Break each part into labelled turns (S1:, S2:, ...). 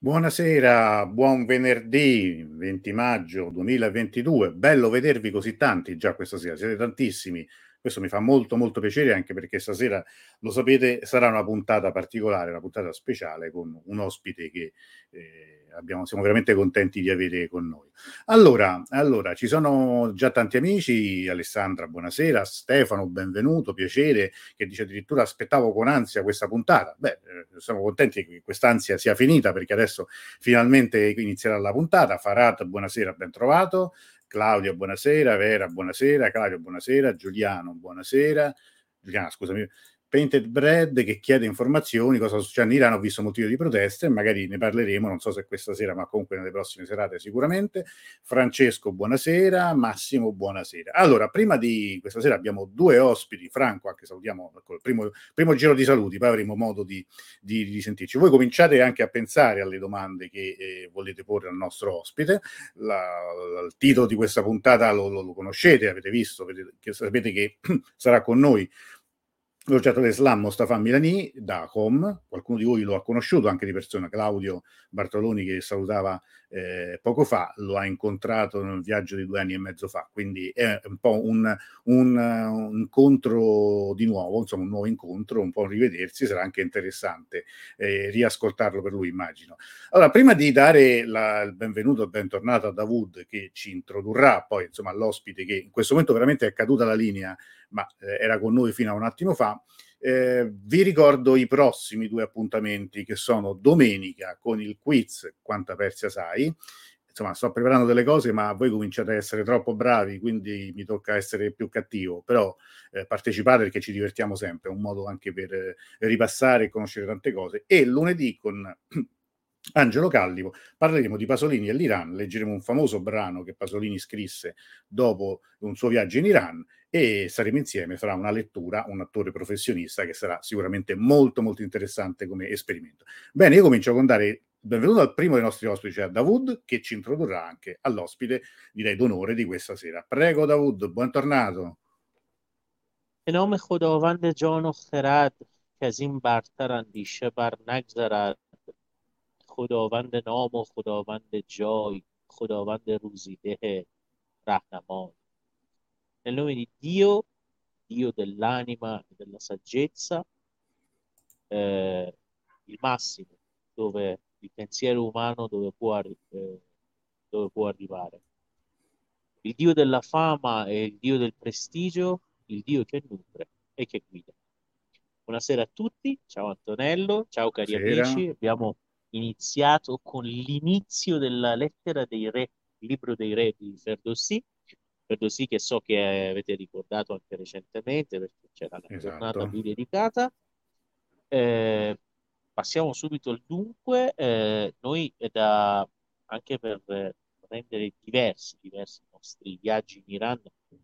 S1: Buonasera, buon venerdì 20 maggio 2022. Bello vedervi così tanti già questa sera, siete tantissimi. Questo mi fa molto molto piacere anche perché stasera, lo sapete, sarà una puntata particolare, una puntata speciale con un ospite che siamo veramente contenti di avere con noi. Allora, ci sono già tanti amici. Alessandra, buonasera. Stefano, benvenuto, piacere, che dice addirittura aspettavo con ansia questa puntata. Siamo contenti che quest'ansia sia finita perché adesso finalmente inizierà la puntata. Farad, buonasera, ben trovato. Claudia, buonasera. Vera, buonasera. Claudio, buonasera. Giuliano, buonasera. Giuliana, scusami. Painted Bread che chiede informazioni, cosa succede in Iran. Ho visto motivo di proteste, magari ne parleremo, non so se questa sera, ma comunque nelle prossime serate sicuramente. Francesco, buonasera. Massimo, buonasera. Allora, prima di questa sera abbiamo due ospiti. Franco, anche salutiamo, ecco, il primo giro di saluti, poi avremo modo di sentirci. Voi cominciate anche a pensare alle domande che volete porre al nostro ospite. Il titolo di questa puntata lo conoscete, avete visto, sapete che sarà con noi l'oggetto dell'Islam Mostafa Milani da Com. Qualcuno di voi lo ha conosciuto anche di persona. Claudio Bartoloni, che salutava poco fa, lo ha incontrato nel viaggio di 2 anni e mezzo fa, quindi è un po' un incontro di nuovo, insomma un nuovo incontro, un po' un rivedersi. Sarà anche interessante riascoltarlo per lui, immagino. Allora, prima di dare il benvenuto e bentornato a Davud, che ci introdurrà poi insomma all'ospite, che in questo momento veramente è caduta la linea, ma era con noi fino a un attimo fa. Vi ricordo i prossimi due appuntamenti, che sono domenica con il quiz Quanta Persia sai. Insomma, sto preparando delle cose, ma voi cominciate a essere troppo bravi, quindi mi tocca essere più cattivo, però partecipate perché ci divertiamo sempre, è un modo anche per ripassare e conoscere tante cose. E lunedì con Angelo Callivo parleremo di Pasolini e l'Iran, leggeremo un famoso brano che Pasolini scrisse dopo un suo viaggio in Iran e saremo insieme, farà una lettura un attore professionista che sarà sicuramente molto molto interessante come esperimento. Bene, io comincio con dare il benvenuto al primo dei nostri ospiti, cioè a Davud, che ci introdurrà anche all'ospite, direi d'onore di questa sera. Prego Davud, bentornato.
S2: به نام خداوند جان و خرد که از این برتر اندیشه بر نگذرد. خداوند نام و خداوند جای، خداوند روزیده رهنمای. Nel nome di Dio, Dio dell'anima e della saggezza, eh, il massimo, dove il pensiero umano dove può arrivare. Il Dio della fama e il Dio del prestigio, il Dio che nutre e che guida. Buonasera a tutti, ciao Antonello, ciao cari
S1: Buonasera.
S2: amici. Abbiamo iniziato con l'inizio della lettera dei re, il libro dei re di Ferdowsi. Ferdowsi, che so che avete ricordato anche recentemente perché c'era una giornata a
S1: Esatto.
S2: lui dedicata. Eh, Passiamo subito al dunque. Noi anche per rendere diversi i nostri viaggi in Iran,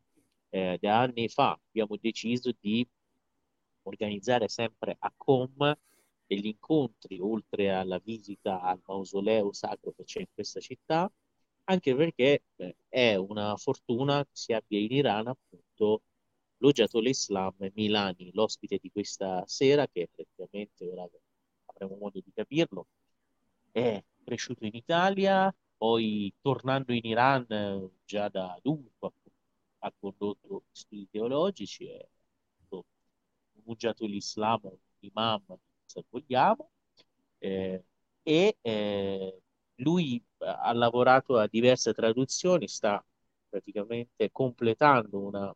S2: da anni fa abbiamo deciso di organizzare sempre a Com degli incontri, oltre alla visita al mausoleo sacro che c'è in questa città, anche perché è una fortuna che si abbia in Iran appunto l'Hojatul Islam Milani, l'ospite di questa sera, che praticamente ora avremo modo di capirlo, è cresciuto in Italia, poi tornando in Iran già da adulto ha condotto studi teologici e mangiato l'Islam, un imam, se vogliamo, eh, e lui ha lavorato a diverse traduzioni, sta praticamente completando una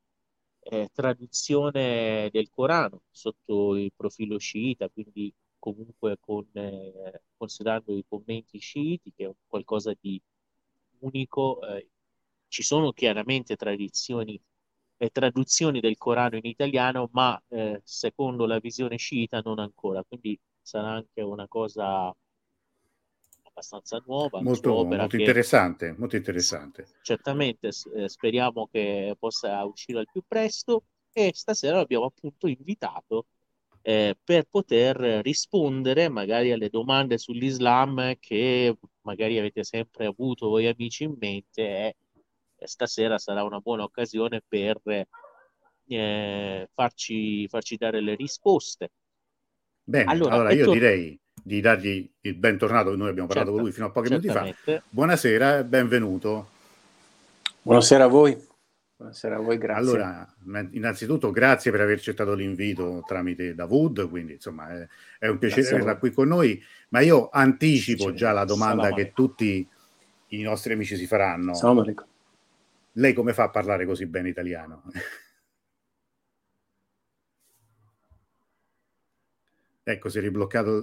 S2: traduzione del Corano sotto il profilo sciita, quindi comunque considerando i commenti sciiti, che è qualcosa di unico. Ci sono chiaramente tradizioni e traduzioni del Corano in italiano, ma secondo la visione sciita non ancora, quindi sarà anche una cosa abbastanza nuova, la sua
S1: Molto,
S2: opera
S1: molto
S2: che
S1: interessante, molto
S2: s-
S1: interessante.
S2: certamente speriamo che possa uscire al più presto, e stasera l'abbiamo appunto invitato per poter rispondere magari alle domande sull'Islam che magari avete sempre avuto voi amici in mente, e stasera sarà una buona occasione per farci dare le risposte.
S1: Bene,
S2: Allora,
S1: allora
S2: è
S1: io
S2: tornato.
S1: direi, di dargli il bentornato. Noi abbiamo parlato con lui fino a pochi minuti fa. Buonasera e benvenuto.
S3: Buonasera a voi. Buonasera a voi, grazie.
S1: Allora, innanzitutto grazie per aver accettato l'invito tramite Davud, quindi insomma è un piacere averla qui con noi, ma io anticipo già la domanda che tutti i nostri amici si faranno. Lei come fa a parlare così bene italiano? Ecco, si è ribloccato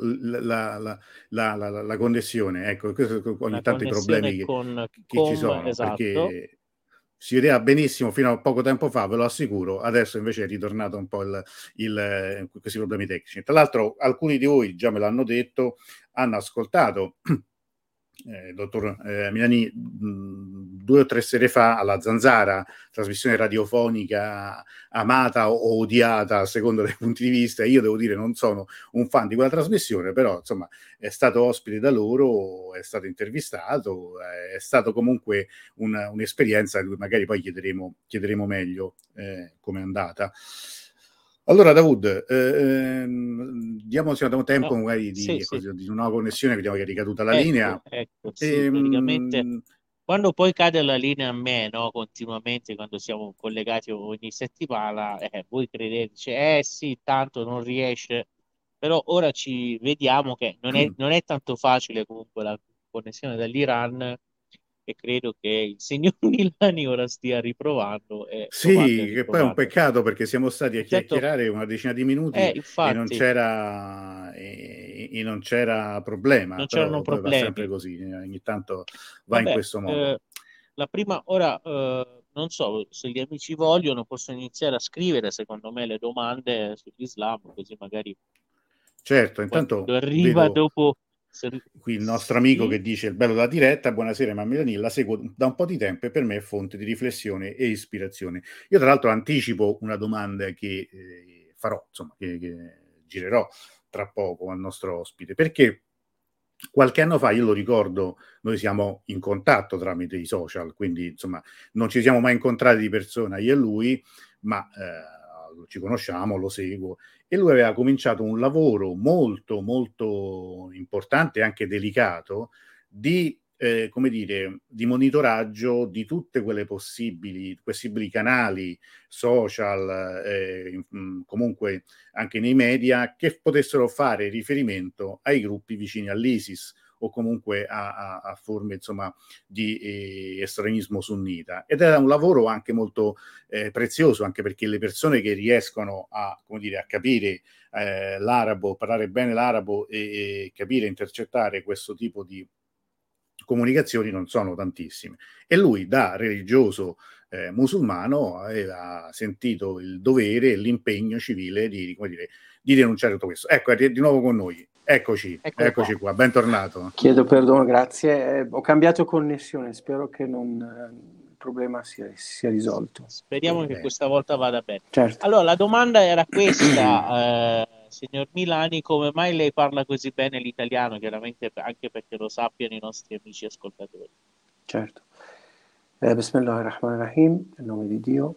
S1: la connessione. Ecco, ogni tanto i problemi che ci sono,
S2: esatto.
S1: perché si vedeva benissimo fino a poco tempo fa, ve lo assicuro, adesso invece è ritornato un po' questi problemi tecnici. Tra l'altro alcuni di voi già me l'hanno detto, hanno ascoltato dottor Milani 2 o 3 sere fa alla Zanzara, trasmissione radiofonica amata o odiata a seconda dei punti di vista. Io devo dire non sono un fan di quella trasmissione, però insomma è stato ospite da loro, è stato intervistato, è stato comunque un'esperienza di cui magari poi chiederemo meglio come è andata. Allora Davud, diamo tempo magari di una nuova connessione, vediamo che è ricaduta la linea.
S2: Praticamente quando poi cade la linea a me, no, continuamente quando siamo collegati ogni settimana, voi credete, sì, tanto non riesce, però ora ci vediamo che non è tanto facile comunque la connessione dall'Iran, e credo che il signor Milani ora stia riprovando.
S1: Sì, che poi è un peccato perché siamo stati a chiacchierare una decina di minuti e non c'era problema,
S2: non
S1: però
S2: c'erano
S1: poi va
S2: problemi.
S1: sempre così, ogni tanto va in questo modo.
S2: La prima ora, non so se gli amici vogliono, possono iniziare a scrivere secondo me le domande sull'Islam, così magari
S1: certo, intanto
S2: arriva
S1: vedo
S2: dopo
S1: qui il nostro amico che dice: il bello della diretta, buonasera Milani, la seguo da un po' di tempo e per me è fonte di riflessione e ispirazione. Io tra l'altro anticipo una domanda che farò, insomma, che girerò tra poco al nostro ospite, perché qualche anno fa, io lo ricordo, noi siamo in contatto tramite i social, quindi insomma non ci siamo mai incontrati di persona io e lui, ma ci conosciamo, lo seguo, e lui aveva cominciato un lavoro molto molto importante e anche delicato di come dire, di monitoraggio di tutte quelle possibili canali social, comunque anche nei media, che potessero fare riferimento ai gruppi vicini all'ISIS o comunque a forme insomma di estremismo sunnita. Ed era un lavoro anche molto prezioso, anche perché le persone che riescono a, come dire, a capire l'arabo, parlare bene l'arabo e capire, intercettare questo tipo di comunicazioni non sono tantissime. E lui, da religioso musulmano, aveva sentito il dovere e l'impegno civile di, come dire, di denunciare tutto questo. Ecco, è di nuovo con noi. Eccoci qua, bentornato.
S3: Chiedo perdono, grazie. Ho cambiato connessione, spero che il problema sia risolto.
S2: Speriamo che questa volta vada bene.
S3: Certo.
S2: Allora, la domanda era questa, signor Milani: come mai lei parla così bene l'italiano? Chiaramente anche perché lo sappiano i nostri amici ascoltatori.
S3: Certo. Bismillahirrahmanirrahim, nel nome di Dio.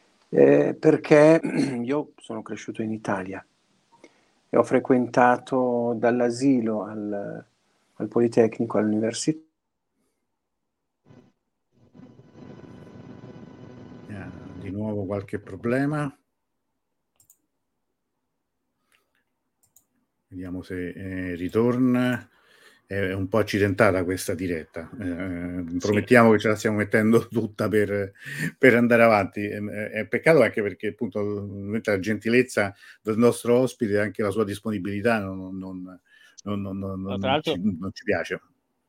S3: Perché io sono cresciuto in Italia e ho frequentato dall'asilo al Politecnico, all'università.
S1: Di nuovo qualche problema. Vediamo se ritorna. È un po' accidentata questa diretta. Promettiamo che ce la stiamo mettendo tutta per andare avanti. È peccato anche perché appunto la gentilezza del nostro ospite e anche la sua disponibilità non ci piace.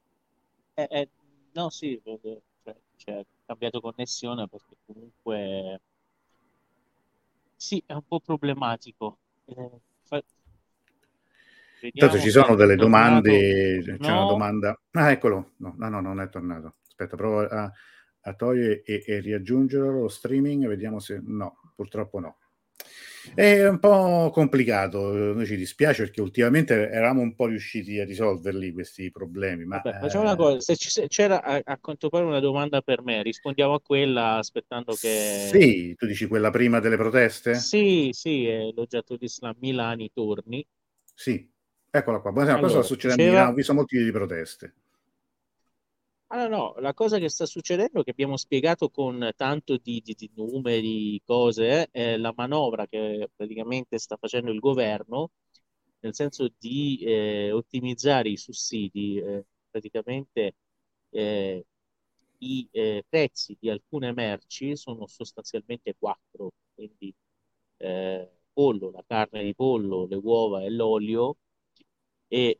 S2: No, sì, c'è cambiato connessione perché comunque sì, è un po' problematico.
S1: Intanto ci sono delle domande,
S2: no.
S1: c'è una domanda. Ah, eccolo. No, non è tornato. Aspetta, provo a togliere e riaggiungerlo lo streaming, vediamo se no, purtroppo no. È un po' complicato, noi ci dispiace perché ultimamente eravamo un po' riusciti a risolverli questi problemi. Ma
S2: vabbè, facciamo una cosa, se c'era a quanto pare una domanda per me, rispondiamo a quella aspettando che...
S1: Sì, tu dici quella prima delle proteste?
S2: Sì, l'oggetto di Islam Milani torni.
S1: Sì. Eccola qua. Buonasera, cosa sta
S2: Allora,
S1: succedendo in Iran?
S2: diceva.
S1: Ho visto molti di proteste.
S2: Allora, no, la cosa che sta succedendo, che abbiamo spiegato con tanto di numeri, cose, è la manovra che praticamente sta facendo il governo, nel senso di ottimizzare i sussidi. Praticamente eh, i prezzi di alcune merci sono sostanzialmente quattro, quindi pollo, la carne di pollo, le uova e l'olio e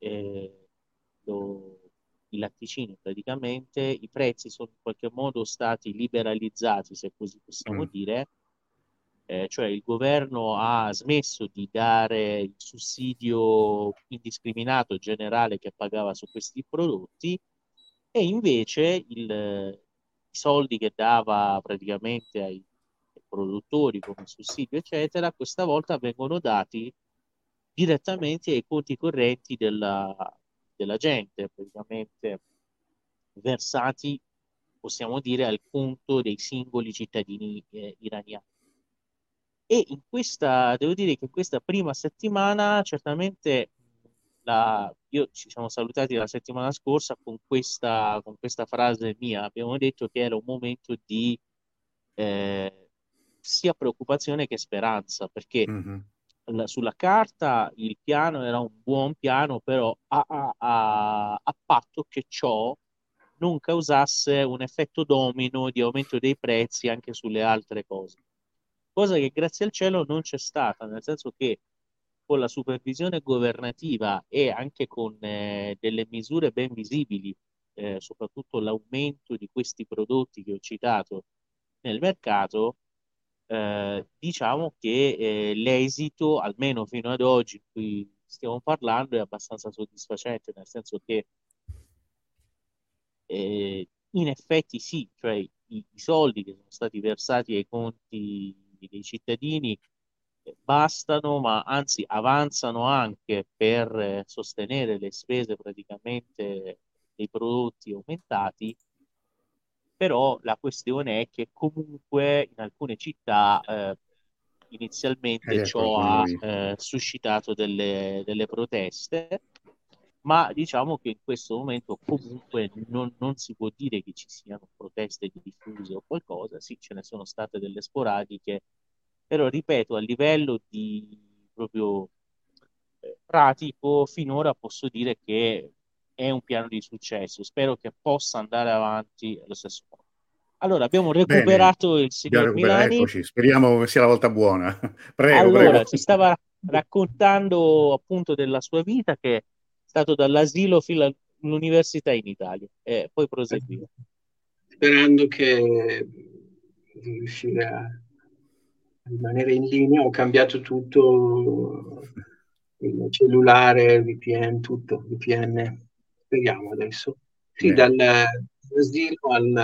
S2: lo- i latticini praticamente, i prezzi sono in qualche modo stati liberalizzati, se così possiamo
S1: Mm.
S2: dire, cioè il governo ha smesso di dare il sussidio indiscriminato generale che pagava su questi prodotti e invece i soldi che dava praticamente ai produttori come sussidio, eccetera, questa volta vengono dati direttamente ai conti correnti della gente, praticamente versati, possiamo dire, al conto dei singoli cittadini iraniani. E devo dire che in questa prima settimana, certamente, ci siamo salutati la settimana scorsa con questa frase mia. Abbiamo detto che era un momento di eh, sia preoccupazione che speranza, perché
S1: Mhm.
S2: sulla carta il piano era un buon piano, però a patto che ciò non causasse un effetto domino di aumento dei prezzi anche sulle altre cose. Cosa che grazie al cielo non c'è stata, nel senso che con la supervisione governativa e anche con delle misure ben visibili, soprattutto l'aumento di questi prodotti che ho citato nel mercato, diciamo che l'esito, almeno fino ad oggi, in cui stiamo parlando, è abbastanza soddisfacente, nel senso che in effetti sì, cioè i soldi che sono stati versati ai conti dei cittadini bastano, ma anzi avanzano anche per sostenere le spese praticamente dei prodotti aumentati, però la questione è che comunque in alcune città inizialmente ciò
S1: Rieccola con
S2: ha
S1: noi.
S2: suscitato delle proteste, ma diciamo che in questo momento comunque non si può dire che ci siano proteste diffuse o qualcosa, sì, ce ne sono state delle sporadiche, però ripeto, a livello di proprio pratico, finora posso dire che è un piano di successo, spero che possa andare avanti allo stesso modo. Allora, abbiamo
S1: Bene,
S2: recuperato il
S1: abbiamo
S2: signor
S1: recuperato.
S2: Milani.
S1: Eccoci, speriamo che sia la volta buona. Prego,
S2: Allora,
S1: prego.
S2: ci stava raccontando appunto della sua vita, che è stato dall'asilo fino all'università in Italia, e poi proseguire.
S3: Sperando di riuscire a rimanere in linea, ho cambiato tutto, il cellulare, VPN, tutto, VPN. Speriamo adesso. Sì,
S1: Bene.
S3: dall'asilo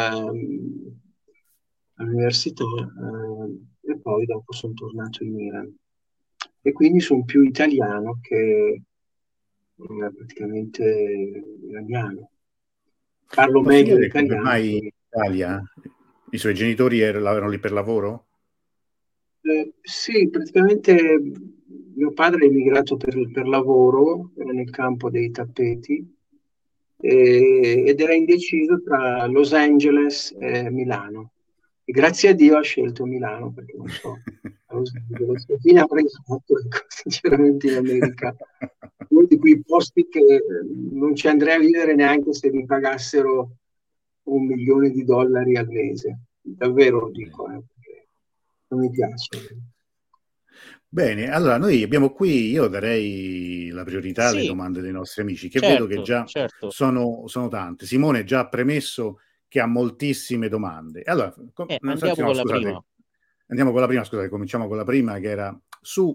S3: all'università e poi dopo sono tornato in Iran. E quindi sono più italiano che praticamente iraniano. Parlo
S1: Posso
S3: meglio
S1: chiedere come
S3: l'italiano
S1: mai in
S3: che.
S1: Italia? I suoi genitori erano lì per lavoro?
S3: Sì, praticamente mio padre è emigrato per lavoro, era nel campo dei tappeti ed era indeciso tra Los Angeles e Milano. E grazie a Dio ha scelto Milano perché non so, a Los Angeles che fine avrei fatto, ecco, sinceramente in America. Uno di quei posti che non ci andrei a vivere neanche se mi pagassero $1 milione al mese. Davvero lo dico, perché non mi piace.
S1: Bene, allora noi abbiamo qui, io darei la priorità alle
S2: Sì,
S1: domande dei nostri amici, che vedo che
S2: certo,
S1: già
S2: certo.
S1: sono tante. Simone già ha premesso che ha moltissime domande. Allora,
S2: Andiamo con la prima.
S1: andiamo con la prima, scusate, cominciamo con la prima che era su...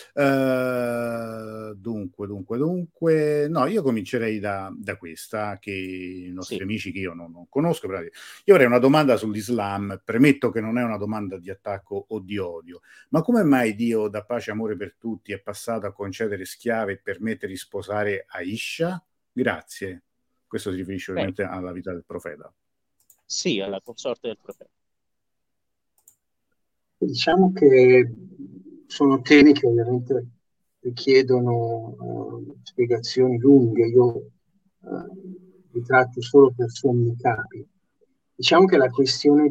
S1: dunque, no, io comincerei da questa, che i
S2: Sì,
S1: nostri amici che io non conosco, però io avrei una domanda sull'Islam, premetto che non è una domanda di attacco o di odio. Ma come mai Dio, da pace e amore per tutti, è passato a concedere schiave e permettere di sposare Aisha? Grazie. Questo si riferisce
S2: beh,
S1: ovviamente alla vita del profeta.
S2: sì, alla consorte del profeta.
S3: Diciamo che sono temi che ovviamente richiedono spiegazioni lunghe, io li tratto solo per sommi capi. Diciamo che la questione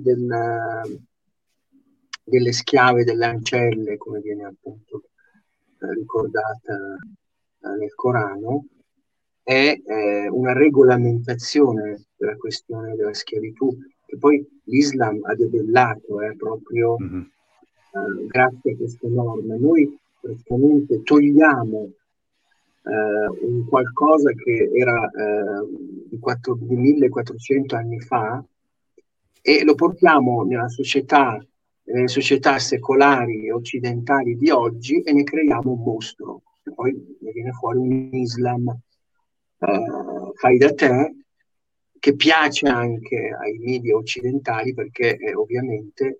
S3: delle schiave, delle ancelle, come viene appunto ricordata nel Corano, è una regolamentazione della questione della schiavitù, che poi l'Islam ha debellato proprio grazie a queste norme. Noi praticamente togliamo un qualcosa che era di 1400 anni fa e lo portiamo nelle società secolari e occidentali di oggi e ne creiamo un mostro. E poi ne viene fuori un Islam fai da te, che piace anche ai media occidentali perché ovviamente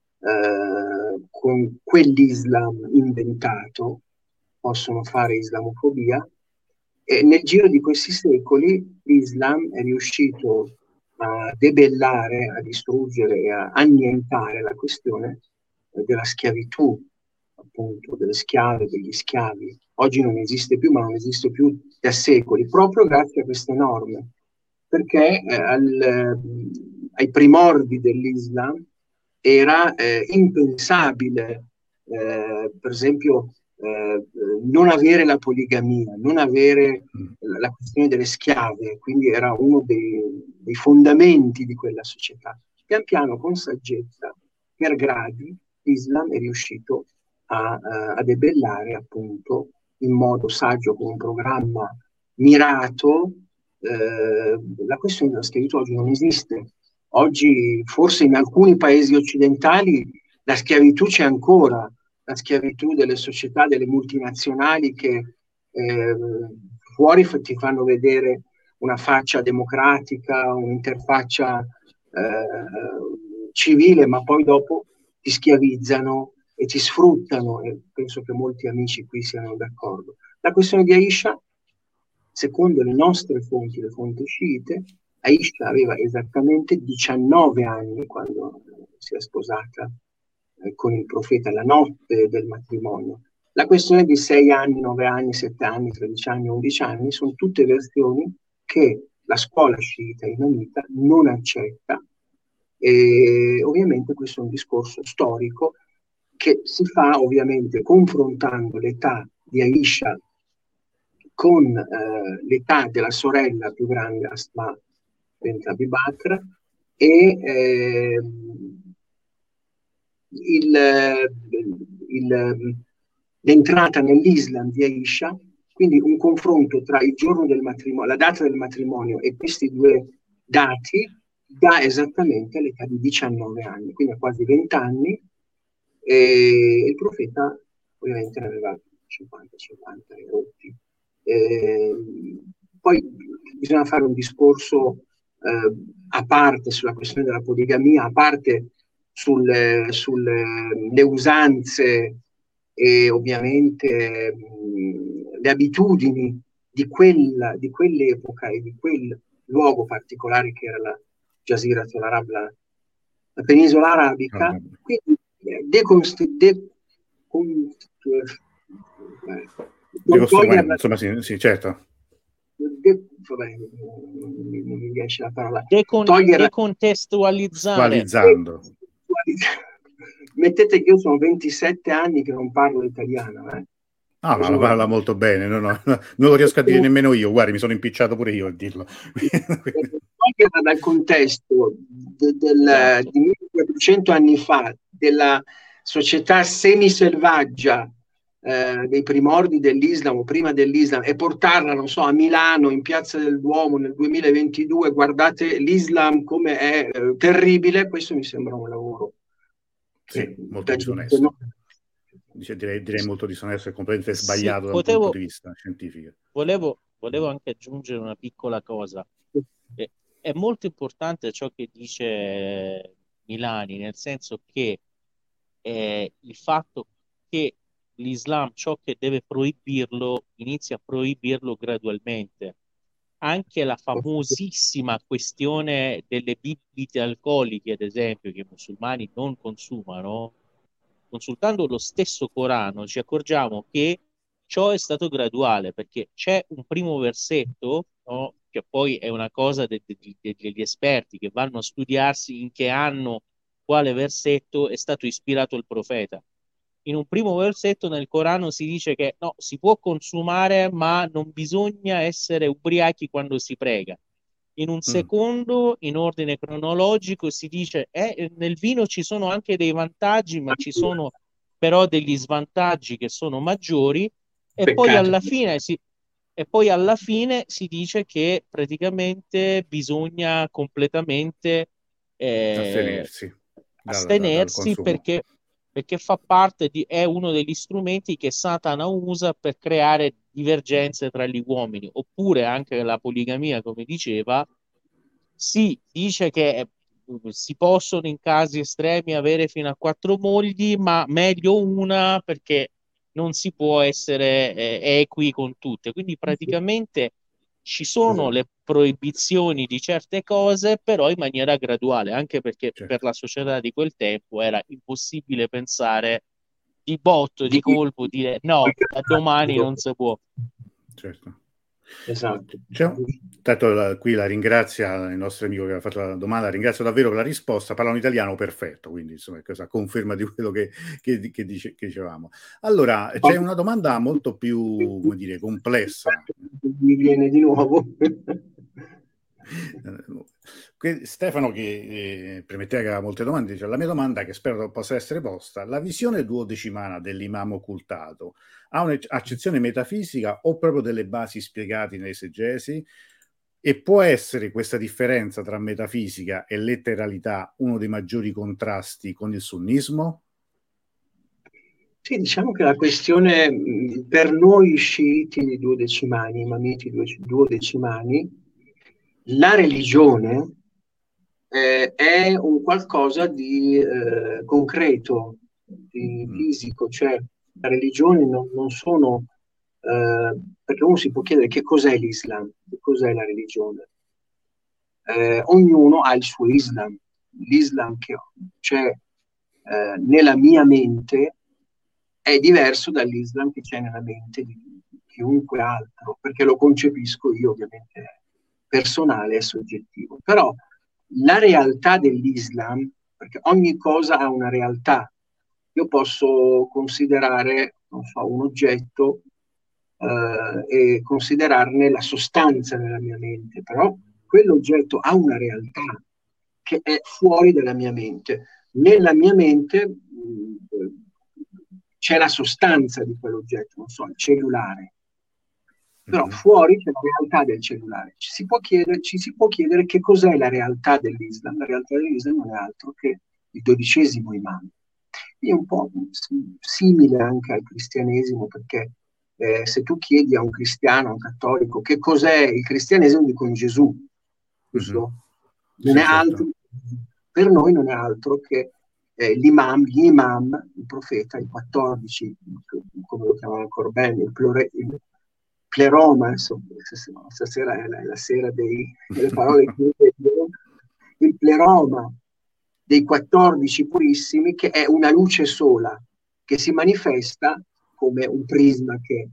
S3: con quell'Islam inventato possono fare islamofobia, e nel giro di questi secoli l'Islam è riuscito a debellare, a distruggere e a annientare la questione della schiavitù, appunto delle schiave, degli schiavi. Oggi non esiste più, ma non esiste più da secoli, proprio grazie a queste norme, perché ai primordi dell'Islam era impensabile, per esempio, non avere la poligamia, non avere la questione delle schiave, quindi era uno dei fondamenti di quella società. Pian piano, con saggezza, per gradi, l'Islam è riuscito a debellare appunto in modo saggio, con un programma mirato, la questione della schiavitù. Oggi non esiste. Oggi forse in alcuni paesi occidentali la schiavitù c'è ancora, la schiavitù delle società, delle multinazionali che fuori ti fanno vedere una faccia democratica, un'interfaccia civile, ma poi dopo ti schiavizzano e ti sfruttano, e penso che molti amici qui siano d'accordo. La questione di Aisha, secondo le nostre fonti, le fonti sciite, Aisha aveva esattamente 19 anni quando si è sposata con il profeta, la notte del matrimonio. La questione di 6 anni, 9 anni, 7 anni, 13 anni, 11 anni sono tutte versioni che la scuola sciita imanita non accetta, e ovviamente questo è un discorso storico che si fa ovviamente confrontando l'età di Aisha con l'età della sorella più grande, Asma bint Abi Bakr, e l'entrata nell'Islam di Aisha, quindi un confronto tra il giorno del matrimonio, la data del matrimonio e questi due dati dà esattamente l'età di 19 anni, quindi a quasi 20 anni, e il profeta ovviamente ne aveva 50 e rotti. Poi bisogna fare un discorso a parte sulla questione della poligamia, a parte sulle usanze e ovviamente le abitudini di quell'epoca e di quel luogo particolare che era la Jaziratul Arab, la penisola arabica. Quindi
S1: insomma, sì, certo.
S3: Non mi riesce la parola.
S2: Decontestualizzare.
S3: Mettete che io sono 27 anni che non parlo italiano.
S1: Ma lo parla molto bene, non lo riesco a dire nemmeno io, guardi, mi sono impicciato pure io a dirlo.
S3: Toglierla dal contesto di 1400 anni fa, della società semiselvaggia, dei primordi dell'Islam o prima dell'Islam, e portarla, non so, a Milano, in Piazza del Duomo nel 2022, guardate l'Islam come è terribile, questo mi sembra un lavoro
S1: molto disonesto. Direi molto disonesto e completamente sbagliato da un punto di vista scientifico.
S2: Volevo anche aggiungere una piccola cosa. È molto importante ciò che dice Milani, nel senso che il fatto che l'Islam, ciò che deve proibirlo, inizia a proibirlo gradualmente. Anche la famosissima questione delle bibite alcoliche, ad esempio, che i musulmani non consumano, consultando lo stesso Corano ci accorgiamo che ciò è stato graduale, perché c'è un primo versetto, no, che poi è una cosa degli esperti che vanno a studiarsi in che anno, quale versetto è stato ispirato il profeta. In un primo versetto nel Corano si dice che no, si può consumare, ma non bisogna essere ubriachi quando si prega. In un
S1: Mm.
S2: secondo, in ordine cronologico, si dice nel vino ci sono anche dei vantaggi, ma ci sono però degli svantaggi che sono maggiori, e poi
S3: Peccato.
S2: alla fine si dice che praticamente bisogna completamente eh,
S1: Astenersi dal
S2: astenersi,
S1: consumo.
S2: perché fa parte è uno degli strumenti che Satana usa per creare divergenze tra gli uomini, oppure anche la poligamia, come diceva. Si dice che si possono in casi estremi avere fino a 4 mogli, ma meglio una, perché non si può essere equi con tutte. Quindi praticamente ci sono le proibizioni di certe cose, però in maniera graduale, anche perché per
S1: Certo,
S2: la società di quel tempo era impossibile pensare di botto, di
S3: Di-
S2: colpo, dire no, da domani non si può.
S1: certo.
S3: Esatto.
S1: Tanto qui la ringrazia il nostro amico che ha fatto la domanda, la ringrazio davvero per la risposta, parla un italiano perfetto, quindi insomma questa conferma di quello che dicevamo. Allora, c'è una domanda molto più, come dire, complessa.
S3: Mi viene di nuovo.
S1: Stefano, che premetteva che aveva molte domande, dice: la mia domanda, che spero possa essere posta: la visione duodecimana dell'imam occultato ha un'accezione metafisica o proprio delle basi spiegate in esegesi? E può essere questa differenza tra metafisica e letteralità uno dei maggiori contrasti con il sunnismo?
S3: Sì, diciamo che la questione per noi sciiti duodecimani, imamiti duodecimani, la religione è un qualcosa di concreto, di fisico, cioè la religione non sono, perché uno si può chiedere che cos'è l'Islam, che cos'è la religione. Ognuno ha il suo Islam, l'Islam che c'è nella mia mente è diverso dall'Islam che c'è nella mente di chiunque altro, perché lo concepisco io, ovviamente personale e soggettivo. Però la realtà dell'Islam, perché ogni cosa ha una realtà, io posso considerare, non so, un oggetto e considerarne la sostanza nella mia mente, però quell'oggetto ha una realtà che è fuori dalla mia mente. Nella mia mente c'è la sostanza di quell'oggetto, non so, il cellulare. Però fuori c'è la realtà del cellulare. Ci si può chiedere che cos'è la realtà dell'Islam. La realtà dell'Islam non è altro che il 12° imam. È un po' simile anche al cristianesimo, perché se tu chiedi a un cristiano, a un cattolico, che cos'è il cristianesimo, dicono Gesù, giusto? Non
S1: Sì,
S3: è altro,
S1: certo.
S3: per noi non è altro che l'imam, gli imam, il profeta, i 14, come lo chiamava ancora bene, il pleroma, insomma, stasera è la sera delle parole che il pleroma dei 14 purissimi, che è una luce sola, che si manifesta come un prisma che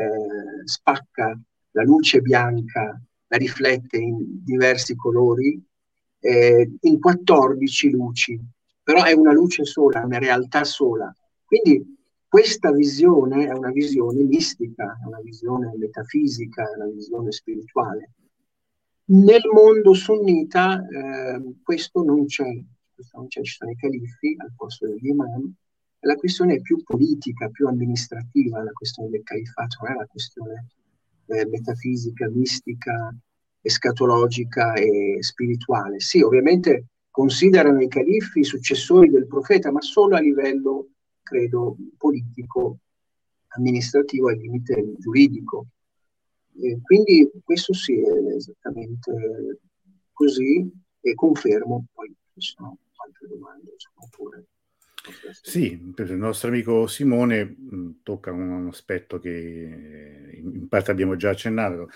S3: spacca la luce bianca, la riflette in diversi colori, in 14 luci, però è una luce sola, una realtà sola. Quindi questa visione è una visione mistica, è una visione metafisica, è una visione spirituale. Nel mondo sunnita questo non c'è, ci sono i califfi al posto degli imam, e la questione è più politica, più amministrativa, la questione del califfato, non è la questione metafisica, mistica, escatologica e spirituale. Sì, ovviamente considerano i califfi i successori del profeta, ma solo a livello, credo, politico, amministrativo, al limite giuridico. Quindi questo sì, è esattamente così, e confermo, poi ci sono altre domande, oppure
S1: sì, per il nostro amico Simone tocca un aspetto che in parte abbiamo già accennato.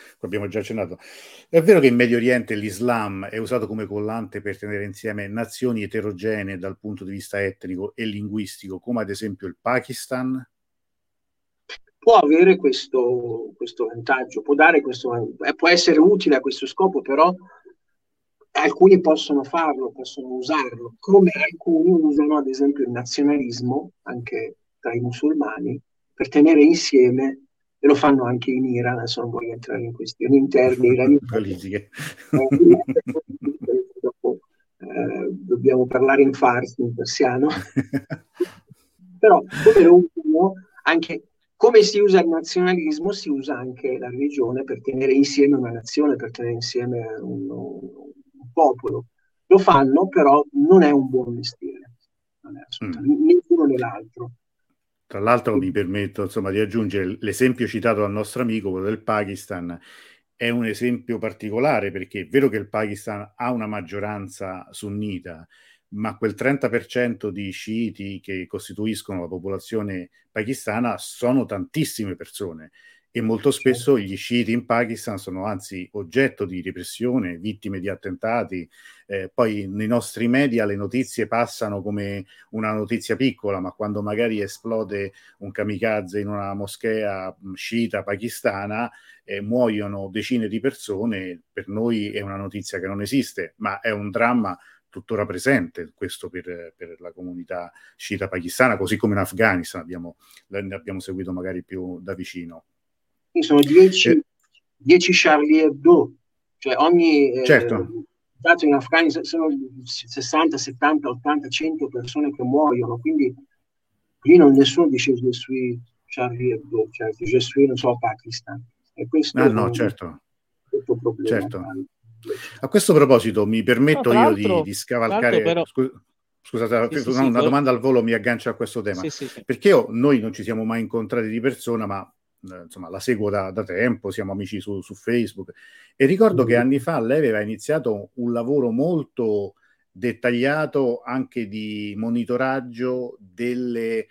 S1: È vero che in Medio Oriente l'Islam è usato come collante per tenere insieme nazioni eterogenee dal punto di vista etnico e linguistico, come ad esempio il Pakistan?
S3: può avere questo vantaggio, può essere utile a questo scopo, però alcuni possono farlo, possono usarlo, come alcuni usano ad esempio il nazionalismo, anche tra i musulmani, per tenere insieme, e lo fanno anche in Iran, adesso non voglio entrare in questioni interne iraniane,
S1: politiche.
S3: Dopo dobbiamo parlare in farsi, in persiano, però come lo usano, anche come si usa il nazionalismo, si usa anche la religione per tenere insieme una nazione, per tenere insieme un popolo. Lo fanno, però non è un buon mestiere, non è assolutamente né l'uno né l'altro.
S1: Tra l'altro mi permetto di aggiungere l'esempio citato dal nostro amico, quello del Pakistan, è un esempio particolare, perché è vero che il Pakistan ha una maggioranza sunnita, ma quel 30% di sciiti che costituiscono la popolazione pakistana sono tantissime persone, e molto spesso gli sciiti in Pakistan sono anzi oggetto di repressione, vittime di attentati. Poi nei nostri media le notizie passano come una notizia piccola, ma quando magari esplode un kamikaze in una moschea sciita pakistana, muoiono decine di persone, per noi è una notizia che non esiste, ma è un dramma tuttora presente, questo per la comunità sciita pakistana, così come in Afghanistan abbiamo seguito magari più da vicino.
S3: Sono 10 Charlie Hebdo, cioè ogni
S1: certo.
S3: stato in Afghanistan sono 60, 70, 80, 100 persone che muoiono, quindi lì nessuno dice je suis Charlie Hebdo, cioè je suis, non so, Pakistan. E questo è
S1: certo.
S3: questo problema.
S1: Certo. A questo proposito mi permetto di scavalcare,
S2: però...
S1: scusate, una domanda al volo mi aggancia a questo tema, perché noi non ci siamo mai incontrati di persona, ma la seguo da tempo, siamo amici su Facebook, e ricordo che anni fa lei aveva iniziato un lavoro molto dettagliato anche di monitoraggio delle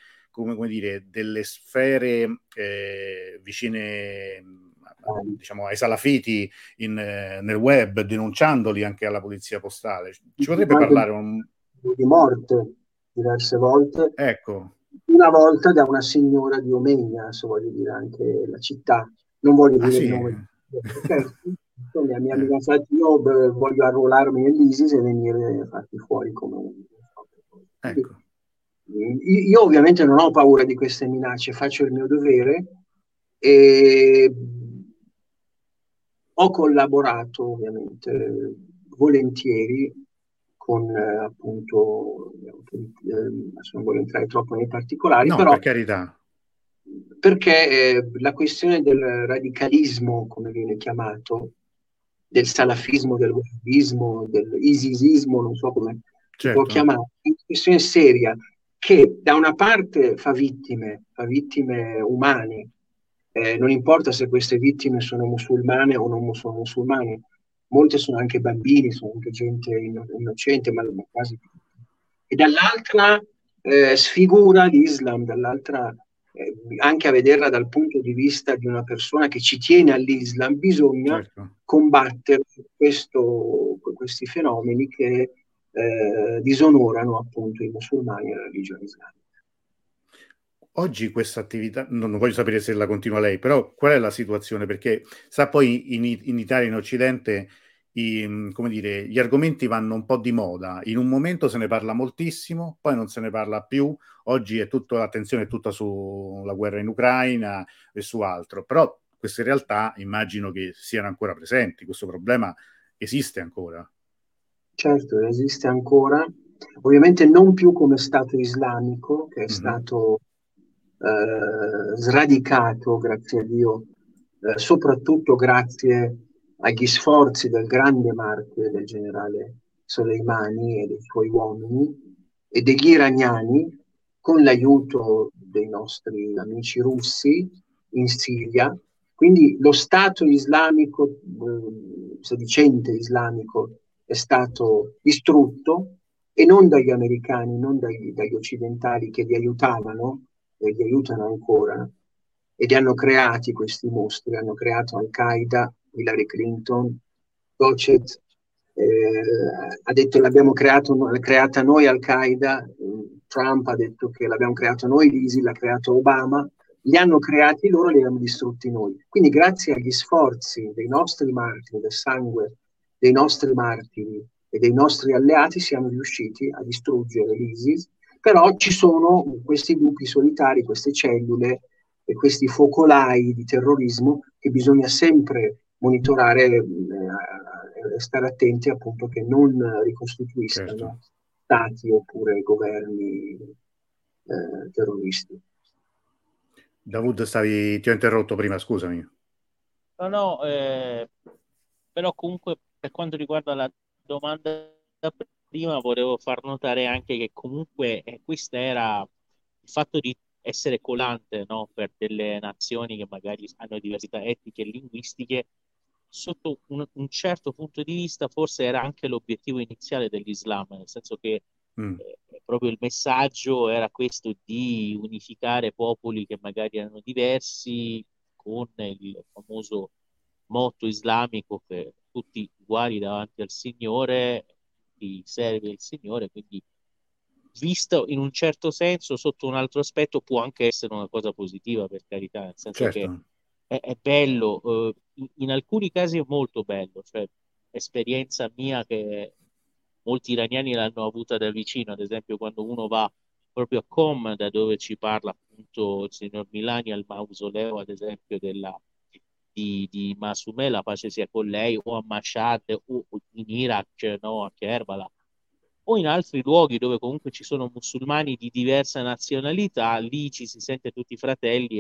S1: sfere vicine ai salafiti nel web, denunciandoli anche alla polizia postale. Ci potrebbe parlare
S3: di morte diverse volte?
S1: Ecco.
S3: Una volta da una signora di Omegna, se voglio dire anche la città, non voglio dire il nome, perché mi hanno fatto, io voglio arruolarmi nell'ISIS e venire fatti fuori come
S1: ecco.
S3: Io ovviamente non ho paura di queste minacce, faccio il mio dovere e ho collaborato ovviamente volentieri con appunto, adesso non voglio entrare troppo nei particolari,
S1: no,
S3: però
S1: per carità,
S3: perché la questione del radicalismo, come viene chiamato, del salafismo, del wahhabismo, dell'isisismo, non so come si può chiamare, è una questione seria che da una parte fa vittime umane, non importa se queste vittime sono musulmane o non sono musulmane, molte sono anche bambini, sono anche gente innocente, ma quasi tutti. E dall'altra sfigura l'Islam, dall'altra anche a vederla dal punto di vista di una persona che ci tiene all'Islam, bisogna combattere questi fenomeni che disonorano appunto i musulmani e la religione islamica.
S1: Oggi questa attività, non voglio sapere se la continua lei, però qual è la situazione? Perché sa, poi in Italia, in Occidente, gli argomenti vanno un po' di moda. In un momento se ne parla moltissimo, poi non se ne parla più. Oggi l'attenzione è tutta sulla guerra in Ucraina e su altro, però queste realtà immagino che siano ancora presenti, questo problema esiste ancora.
S3: Certo, esiste ancora, ovviamente non più come Stato islamico, che è stato sradicato, grazie a Dio, soprattutto grazie agli sforzi del grande martire del generale Soleimani e dei suoi uomini e degli iraniani, con l'aiuto dei nostri amici russi in Siria. Quindi lo Stato islamico, sedicente islamico, è stato distrutto, e non dagli americani, non dagli occidentali che li aiutavano e li aiutano ancora, e li hanno creati questi mostri, hanno creato Al-Qaeda, Hillary Clinton, Gocet ha detto l'abbiamo creata noi Al-Qaeda, Trump ha detto che l'abbiamo creato noi, l'ISIL l'ha creato Obama, li hanno creati loro, li abbiamo distrutti noi. Quindi grazie agli sforzi dei nostri martiri, del sangue dei nostri martiri e dei nostri alleati siamo riusciti a distruggere l'ISIS, però ci sono questi lupi solitari, queste cellule e questi focolai di terrorismo che bisogna sempre monitorare e stare attenti appunto che non ricostituiscano stati oppure governi terroristi.
S1: Davud, ti ho interrotto prima, scusami.
S2: No, però comunque per quanto riguarda la domanda prima volevo far notare anche che comunque questo era il fatto di essere collante, no, per delle nazioni che magari hanno diversità etniche e linguistiche, sotto un certo punto di vista forse era anche l'obiettivo iniziale dell'Islam, nel senso che proprio il messaggio era questo di unificare popoli che magari erano diversi con il famoso motto islamico che tutti uguali davanti al Signore, tutti servi al Signore, quindi visto in un certo senso, sotto un altro aspetto, può anche essere una cosa positiva, per carità, nel senso che è bello, in alcuni casi è molto bello, cioè esperienza mia che molti iraniani l'hanno avuta da vicino, ad esempio quando uno va proprio a Qom, da dove ci parla appunto il signor Milani, al mausoleo, ad esempio, di Masumeh, la pace sia con lei, o a Mashhad, o in Iraq, no, a Kerbala, o in altri luoghi dove comunque ci sono musulmani di diversa nazionalità, lì ci si sente tutti fratelli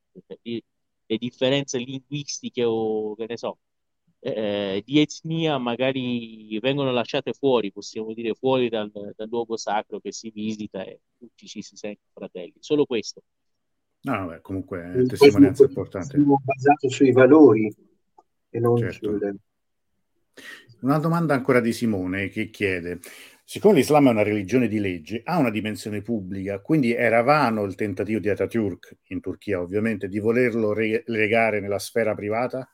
S2: le differenze linguistiche o che ne so, di etnia magari vengono lasciate fuori, possiamo dire fuori dal luogo sacro che si visita e tutti ci si sentono fratelli. Solo questo.
S1: No, beh, comunque è testimonianza importante.
S3: Basato sui valori e non
S1: certo. Una domanda ancora di Simone che chiede: siccome l'Islam è una religione di legge, ha una dimensione pubblica, quindi era vano il tentativo di Atatürk, in Turchia ovviamente, di volerlo relegare nella sfera privata?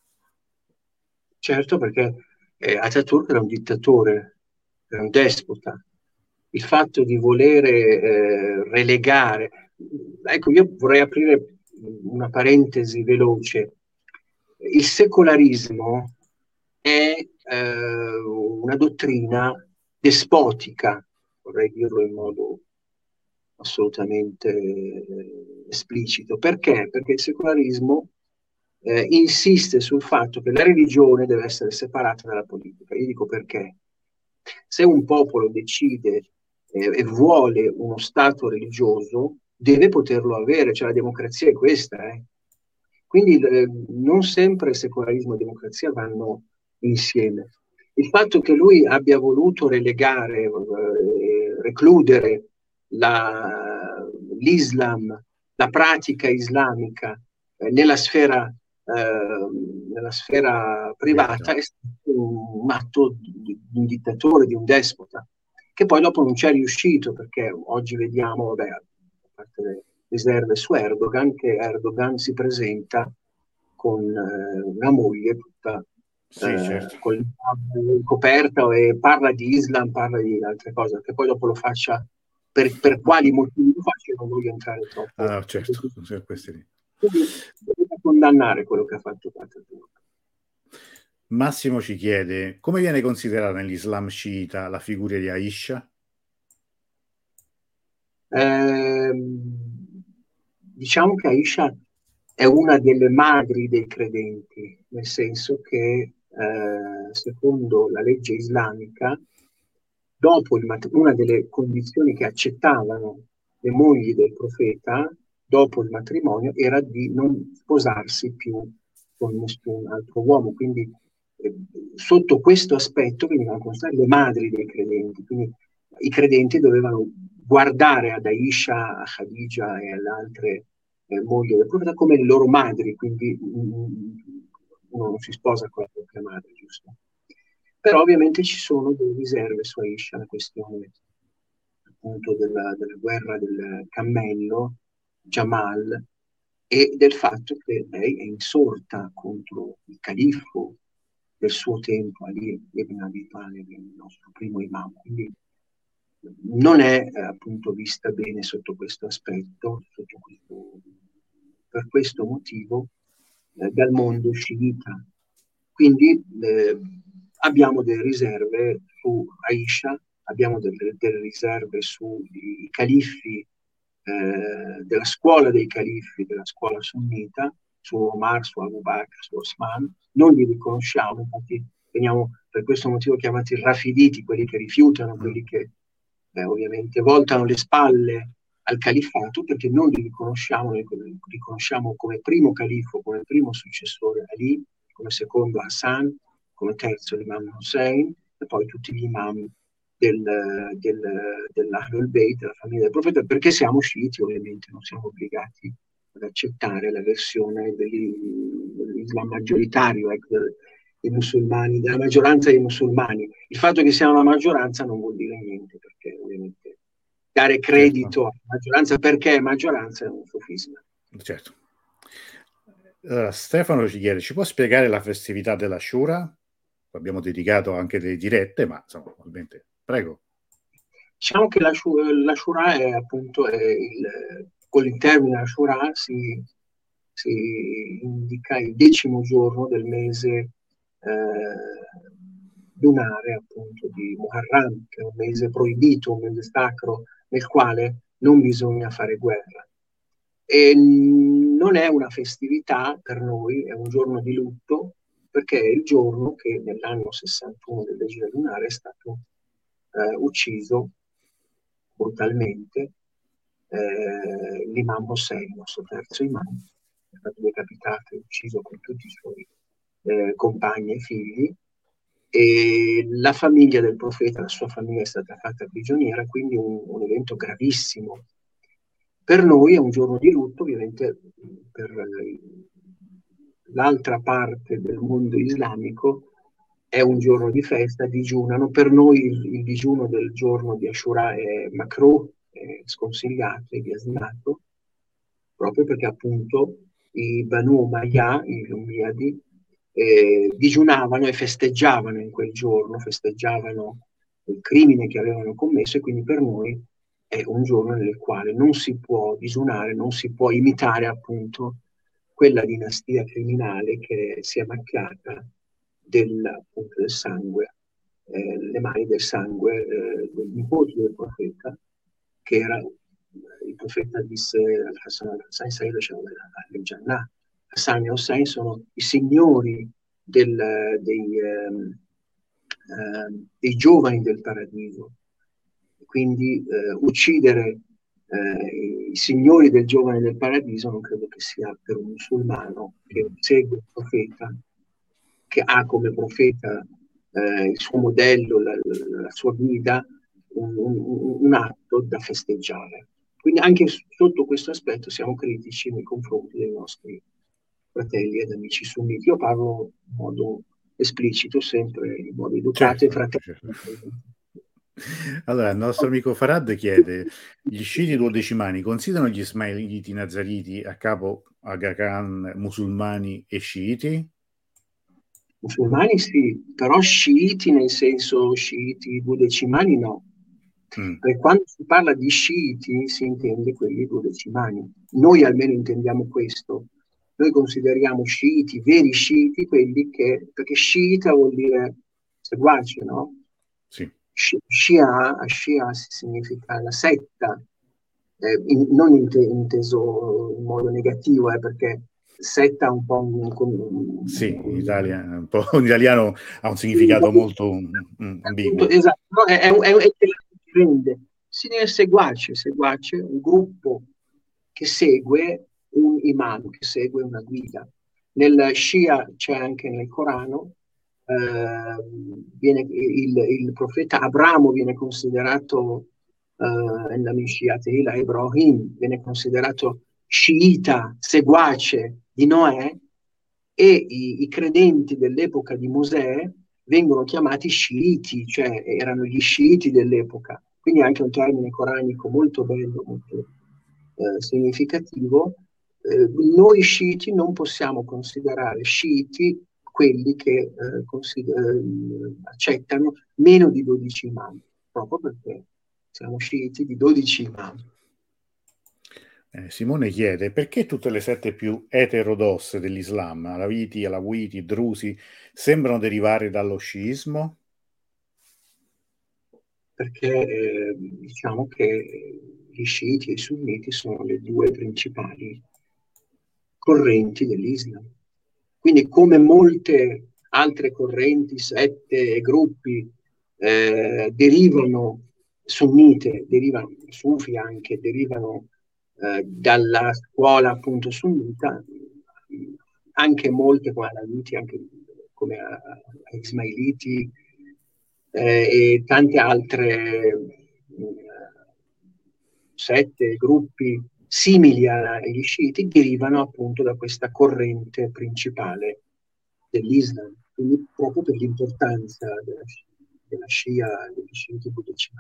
S3: Certo, perché Atatürk era un dittatore, era un despota. Il fatto di volere relegare... Ecco, io vorrei aprire una parentesi veloce. Il secolarismo è una dottrina despotica, vorrei dirlo in modo assolutamente esplicito. Perché? Perché il secolarismo insiste sul fatto che la religione deve essere separata dalla politica. Io dico perché. Se un popolo decide e vuole uno stato religioso, deve poterlo avere, cioè la democrazia è questa. Quindi non sempre secolarismo e democrazia vanno insieme. Il fatto che lui abbia voluto relegare, recludere l'Islam, la pratica islamica nella sfera privata è stato un atto di un dittatore, di un despota, che poi dopo non ci è riuscito, perché oggi vediamo, vabbè, a parte le riserve su Erdogan, che Erdogan si presenta con una moglie tutta
S1: certo.
S3: coperta e parla di Islam, parla di altre cose, che poi dopo lo faccia per quali motivi lo faccia, non voglio entrare troppo.
S1: Ah, no, certo, questi lì.
S3: Quindi bisogna condannare quello che ha fatto Atatürk.
S1: Massimo ci chiede: come viene considerata nell'Islam sciita la figura di Aisha?
S3: Diciamo che Aisha è una delle madri dei credenti, nel senso che secondo la legge islamica, dopo una delle condizioni che accettavano le mogli del profeta dopo il matrimonio era di non sposarsi più con nessun altro uomo. Quindi sotto questo aspetto venivano considerate le madri dei credenti, quindi i credenti dovevano guardare ad Aisha, a Khadija e alle altre mogli del profeta come le loro madri, quindi uno non si sposa con la propria madre, giusto? Però ovviamente ci sono delle riserve su Aisha, la questione appunto della guerra del cammello, Jamal, e del fatto che lei è insorta contro il califfo del suo tempo, Ali ibn Abi Talib, il nostro primo imam. Quindi non è appunto vista bene sotto questo aspetto, per questo motivo dal mondo sciita. Quindi abbiamo delle riserve su Aisha, abbiamo delle riserve sui califfi, della scuola dei califfi, della scuola sunnita, su Omar, su Abu Bakr, su Osman. Non li riconosciamo, infatti veniamo per questo motivo chiamati rafiditi, quelli che rifiutano, quelli che ovviamente voltano le spalle al califfato, perché non li riconosciamo, li riconosciamo come primo califfo, come primo successore Ali, come secondo Hassan, come terzo l'imam Hussein, e poi tutti gli imam dell'Ahlul Bayt, della famiglia del profeta, perché siamo sciiti, ovviamente non siamo obbligati ad accettare la versione dell'Islam maggioritario, dei musulmani, della maggioranza dei musulmani. Il fatto che siamo la maggioranza non vuol dire niente, perché ovviamente dare credito alla maggioranza perché è maggioranza è un sofisma.
S1: Certo. Allora, Stefano ci chiede, ci può spiegare la festività dell'Ashura? Abbiamo dedicato anche delle dirette, ma insomma, ovviamente, prego.
S3: Diciamo che l'Ashura è appunto con il termine Ashura si indica il 10° giorno del mese lunare, appunto, di Muharram, che è un mese proibito, un mese sacro, nel quale non bisogna fare guerra. E non è una festività per noi, è un giorno di lutto, perché è il giorno che nell'anno 61 dell'Egira lunare è stato ucciso brutalmente l'imam Hossein, il nostro terzo imam, è stato decapitato e ucciso con tutti i suoi compagni e figli, e la famiglia del profeta, la sua famiglia è stata fatta prigioniera, quindi un evento gravissimo. Per noi è un giorno di lutto, ovviamente per l'altra parte del mondo islamico è un giorno di festa, digiunano. Per noi il digiuno del giorno di Ashura è makruh, è sconsigliato, è biasimato, proprio perché appunto i Banu Umayyah, i Umayyadi, digiunavano e festeggiavano in quel giorno, festeggiavano il crimine che avevano commesso, e quindi per noi è un giorno nel quale non si può digiunare, non si può imitare appunto quella dinastia criminale che si è macchiata appunto, del sangue, le mani del sangue del nipote del profeta, che era il profeta disse al-Hassan al-Hussein, al-Jannah. Hassan e Hussein sono i signori dei giovani del paradiso. Quindi uccidere i signori del giovane del paradiso non credo che sia per un musulmano che segue il profeta, che ha come profeta il suo modello, la sua guida, un atto da festeggiare. Quindi anche sotto questo aspetto siamo critici nei confronti dei nostri fratelli ed amici sunniti. Io parlo in modo esplicito, sempre in modo educato e fraterno.
S1: Allora, il nostro amico Farad chiede: gli sciiti duodecimani considerano gli ismailiti nazariti a capo Aga Khan musulmani e sciiti?
S3: Musulmani sì, però sciiti nel senso sciiti duodecimani no. Perché quando si parla di sciiti si intende quelli duodecimani. Noi almeno intendiamo questo. Noi consideriamo sciiti, veri sciiti, quelli che, perché sciita vuol dire seguace, no?
S1: Sì.
S3: Shia significa la setta, non inteso in modo negativo, perché setta è un po'
S1: sì, in Italia un po' in italiano ha un significato molto ambiguo.
S3: Esatto, no, è rende seguace, un gruppo che segue un imam, che segue una guida. Nel Shia c'è anche nel Corano, il profeta Abramo viene considerato Ibrahim viene considerato sciita, seguace di Noè, e i credenti dell'epoca di Mosè vengono chiamati sciiti, cioè erano gli sciiti dell'epoca. Quindi anche un termine coranico molto bello, molto significativo. Noi sciiti non possiamo considerare sciiti quelli che accettano meno di 12 imam, proprio perché siamo sciiti di 12 imam.
S1: Simone chiede perché tutte le sette più eterodosse dell'Islam, Alaviti, Alawiti, Drusi, sembrano derivare dallo sciismo?
S3: Perché diciamo che gli sciiti e i sunniti sono le due principali correnti dell'Islam. Quindi come molte altre correnti, sette e gruppi derivano, sunnite, derivano, sufi anche, derivano dalla scuola appunto sunnita, anche molte come Alaviti, anche come Ismailiti e tante altre sette gruppi simili agli sciiti derivano appunto da questa corrente principale dell'Islam, quindi proprio per l'importanza della Scia, degli sciiti buddhisti.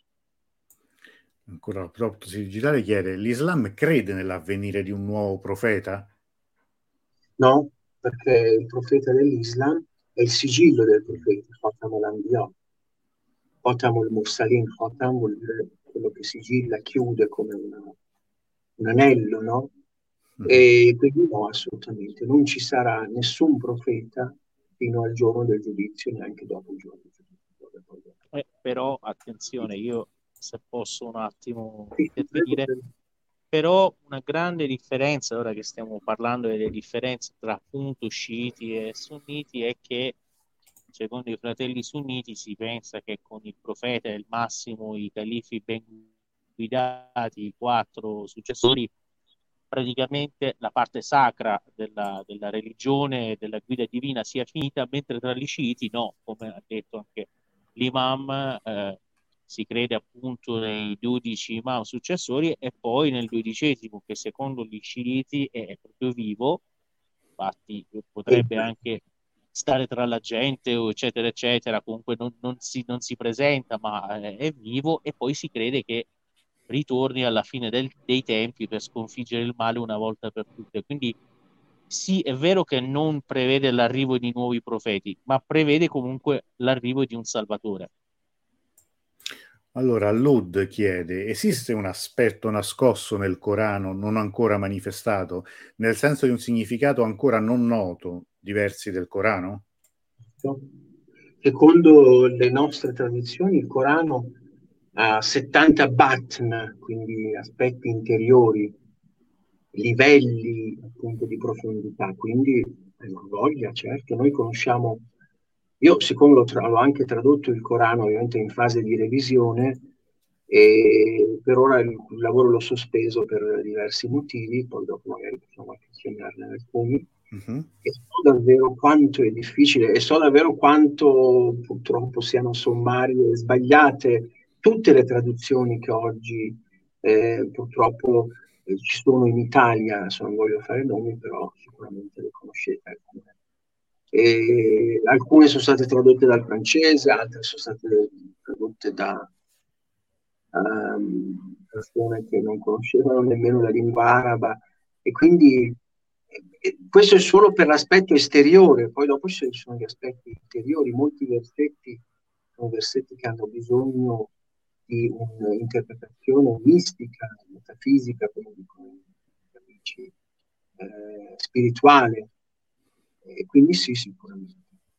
S1: Ancora troppo sigillare chiede, l'Islam crede nell'avvenire di un nuovo profeta?
S3: No, perché il profeta dell'Islam è il sigillo del profeta, Khatam al-Anbiya. Khatam al-Mursalin, Khatam vuol dire quello che sigilla, chiude come un anello, no? E quindi no, assolutamente, non ci sarà nessun profeta fino al giorno del giudizio, neanche dopo il giorno del giudizio.
S2: Però attenzione, io se posso un attimo
S3: Sì,
S2: intervenire, però una grande differenza, ora che stiamo parlando delle differenze tra appunto sciiti e sunniti, è che secondo i fratelli sunniti si pensa che con il profeta e il massimo i califi ben guidati, i quattro successori, praticamente la parte sacra della religione e della guida divina sia finita, mentre tra gli sciiti no, come ha detto anche l'imam, si crede appunto nei 12 imam successori e poi nel 12° che secondo gli sciiti è proprio vivo, infatti potrebbe anche stare tra la gente eccetera eccetera, comunque non si presenta ma è vivo, e poi si crede che ritorni alla fine dei tempi per sconfiggere il male una volta per tutte. Quindi sì, è vero che non prevede l'arrivo di nuovi profeti, ma prevede comunque l'arrivo di un Salvatore.
S1: Allora, Lud chiede, esiste un aspetto nascosto nel Corano non ancora manifestato, nel senso di un significato ancora non noto, diversi del Corano?
S3: Secondo le nostre tradizioni, il Corano ha 70 batn, quindi aspetti interiori, livelli appunto di profondità, quindi è una voglia, certo, noi conosciamo, io siccome l'ho anche tradotto il Corano ovviamente in fase di revisione, e per ora il lavoro l'ho sospeso per diversi motivi, poi dopo magari possiamo anche accennarne alcuni. E so davvero quanto è difficile e so davvero quanto purtroppo siano sommarie e sbagliate tutte le traduzioni che oggi purtroppo ci sono in Italia. Adesso non voglio fare nomi, però sicuramente le conoscete alcune. E alcune sono state tradotte dal francese, altre sono state tradotte da persone che non conoscevano nemmeno la lingua araba, e quindi questo è solo per l'aspetto esteriore, poi dopo ci sono gli aspetti interiori, molti versetti sono versetti che hanno bisogno di un'interpretazione mistica, metafisica, come dicono gli amici, spirituale, e quindi sì, sicuramente.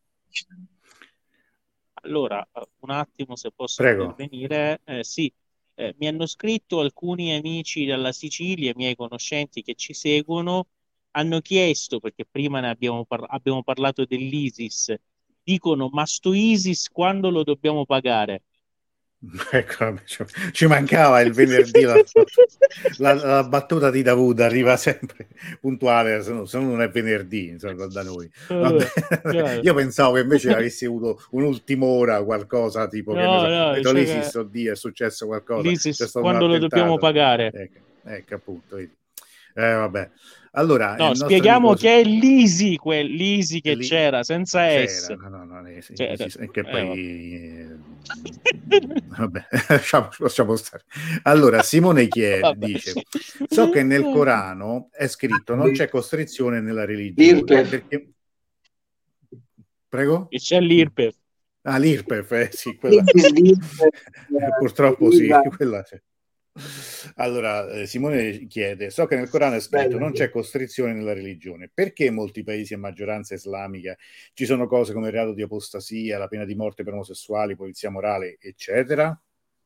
S2: Allora, un attimo se posso
S1: Prego.
S2: intervenire, sì, mi hanno scritto alcuni amici dalla Sicilia, miei conoscenti che ci seguono, hanno chiesto, perché prima ne abbiamo parlato dell'ISIS, dicono, ma sto ISIS quando lo dobbiamo pagare?
S1: Ecco, ci mancava il venerdì la battuta di Davuda arriva sempre puntuale, se no non è venerdì, insomma, da noi. Io pensavo che invece avessi avuto un'ultima ora qualcosa tipo che ne so, l'ISIS, oddio, è successo qualcosa,
S2: l'ISIS quando lo dobbiamo pagare?
S1: Ecco appunto, vedi. Vabbè. Allora,
S2: no, spieghiamo che è l'ISI, l'ISI che c'era senza S.
S1: Che poi vabbè, lasciamo stare. Allora, Simone dice: so che nel Corano è scritto non c'è costrizione nella religione perché... Prego?
S2: E c'è l'IRPEF.
S1: Ah, l'IRPEF, sì, quella purtroppo sì, quella c'è. Allora, Simone chiede, so che nel Corano è scritto non c'è
S3: Bello.
S1: costrizione nella religione, perché in molti paesi a maggioranza islamica ci sono cose come il reato di apostasia, la pena di morte per omosessuali, polizia morale, eccetera?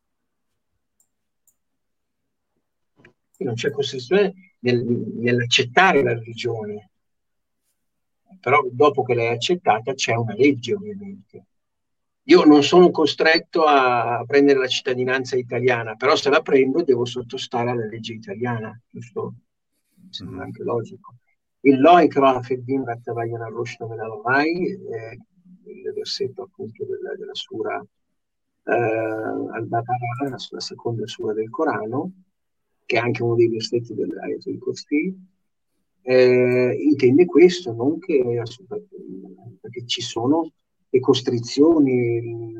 S3: Non c'è costrizione nell'accettare la religione, però dopo che l'hai accettata c'è una legge ovviamente. Io non sono costretto a prendere la cittadinanza italiana, però se la prendo devo sottostare alla legge italiana, giusto? Mi sembra
S1: Mhm.
S3: anche logico. Il Lo ikrah fi din qad tabayyana ar-rushd min al-ghayy, il versetto appunto della sura al-Baqarah, la seconda sura del Corano, che è anche uno dei versetti dell'Ayatul Kursi, intende questo, non che perché ci sono le costrizioni,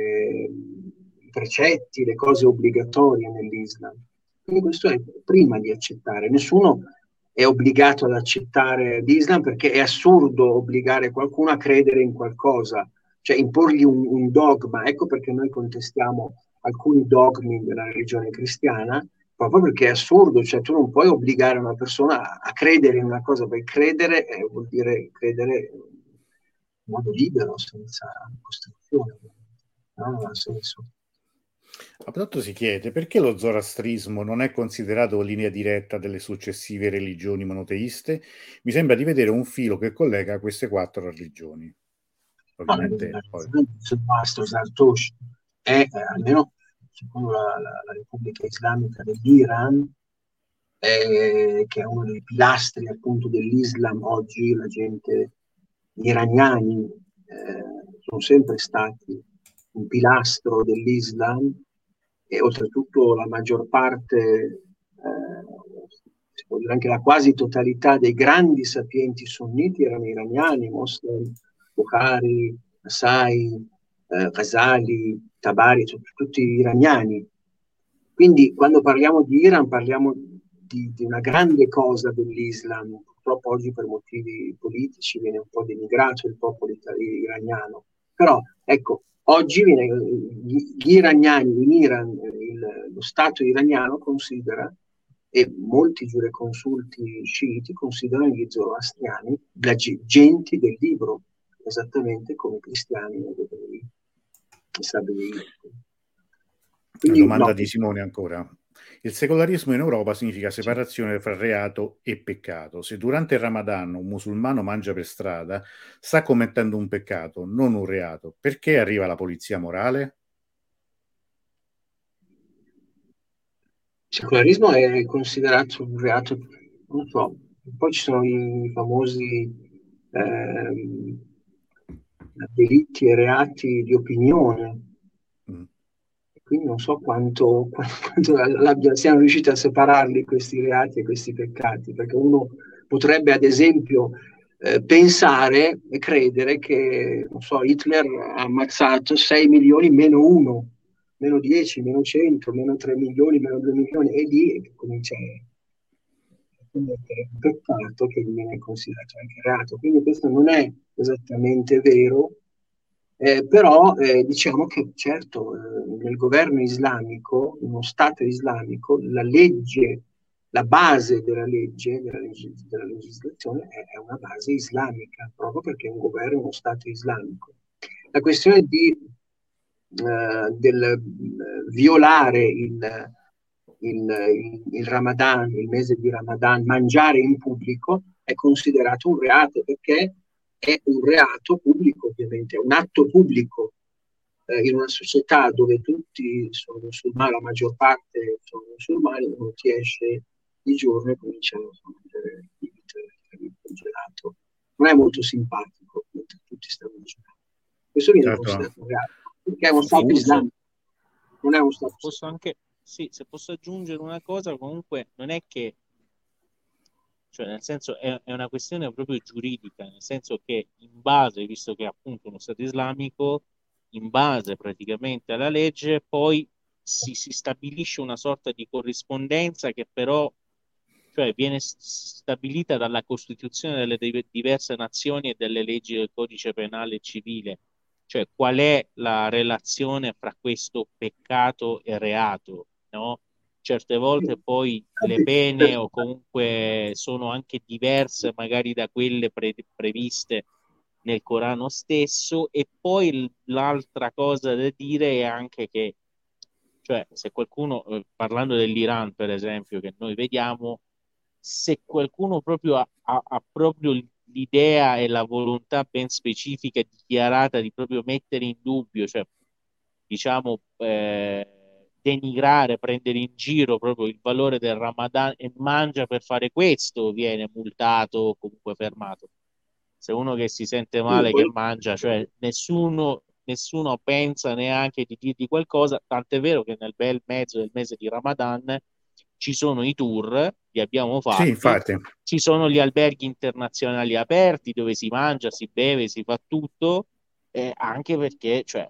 S3: i precetti, le cose obbligatorie nell'Islam. Quindi questo è prima di accettare. Nessuno è obbligato ad accettare l'Islam perché è assurdo obbligare qualcuno a credere in qualcosa, cioè imporgli un dogma. Ecco perché noi contestiamo alcuni dogmi della religione cristiana, proprio perché è assurdo, cioè tu non puoi obbligare una persona a credere in una cosa, perché credere vuol dire credere in modo libero, senza costrizione, no? Non ha senso.
S1: Soprattutto si chiede perché lo zoroastrismo non è considerato linea diretta delle successive religioni monoteiste? Mi sembra di vedere un filo che collega queste quattro religioni.
S3: No,
S1: Ovviamente, poi.
S3: sul mastro Zartosh è, almeno secondo la Repubblica Islamica dell'Iran, che è uno dei pilastri appunto dell'Islam oggi, gli iraniani sono sempre stati un pilastro dell'Islam e oltretutto la maggior parte, si può dire anche la quasi totalità dei grandi sapienti sunniti erano iraniani, Moslem, Bukhari, Nasai, Ghazali, Tabari, sono tutti iraniani. Quindi quando parliamo di Iran parliamo di una grande cosa dell'Islam. Purtroppo oggi per motivi politici viene un po' denigrato il popolo iraniano. Però ecco, oggi gli iraniani in Iran, lo Stato iraniano considera, e molti giureconsulti sciiti considerano gli zoroastriani genti del libro, esattamente come i cristiani i sabei.
S1: Una
S3: Quindi
S1: domanda
S3: no,
S1: di Simone ancora. Il secolarismo in Europa significa separazione fra reato e peccato. Se durante il Ramadan un musulmano mangia per strada, sta commettendo un peccato, non un reato. Perché arriva la polizia morale?
S3: il secolarismo è considerato un reato, non so, poi ci sono i famosi ehm, delitti e reati di opinione,
S1: Mm.
S3: quindi non so quanto siano riusciti a separarli questi reati e questi peccati, perché uno potrebbe ad esempio pensare e credere che, non so, Hitler ha ammazzato 6 milioni meno 1, meno 10, meno 100, meno 3 milioni, meno 2 milioni, e lì comincia a commettere un peccato che viene considerato anche reato. Quindi questo non è esattamente vero, però diciamo che certo nel governo islamico, in uno Stato islamico, la legge, la base della legislazione è una base islamica, proprio perché è un governo, uno Stato islamico. La questione del violare il Ramadan, il mese di Ramadan, mangiare in pubblico è considerato un reato perché è un reato pubblico, ovviamente, è un atto pubblico in una società dove tutti sono musulmani, la maggior parte sono musulmani, uno ti esce di giorno e comincia a mangiare il gelato. Non è molto simpatico, mentre tutti stanno mangiando. Questo viene
S1: Certo.
S3: considerato un reato, perché è uno
S1: Fu-
S3: Stato islamico, non è uno Stato
S2: Posso
S3: secolare.
S2: anche, sì, se posso aggiungere una cosa, comunque non è che, cioè nel senso è una questione proprio giuridica, nel senso che in base, visto che è appunto uno Stato islamico, in base praticamente alla legge, poi si stabilisce una sorta di corrispondenza che però, cioè viene stabilita dalla Costituzione delle diverse nazioni e delle leggi del codice penale e civile. Cioè, qual è la relazione fra questo peccato e reato, no? certe volte poi le pene o comunque sono anche diverse magari da quelle previste nel Corano stesso. E poi l'altra cosa da dire è anche che, cioè, se qualcuno, parlando dell'Iran per esempio, che noi vediamo, se qualcuno proprio ha proprio l'idea e la volontà ben specifica e dichiarata di proprio mettere in dubbio, cioè diciamo denigrare, prendere in giro proprio il valore del Ramadan e mangia per fare questo, viene multato o comunque fermato. Se uno che si sente male che mangia, cioè nessuno pensa neanche di dirgli qualcosa, tant'è vero che nel bel mezzo del mese di Ramadan ci sono i tour, li abbiamo
S1: Sì,
S2: fatti,
S1: infatti.
S2: ci sono gli alberghi internazionali aperti dove si mangia, si beve, si fa tutto, anche perché, cioè,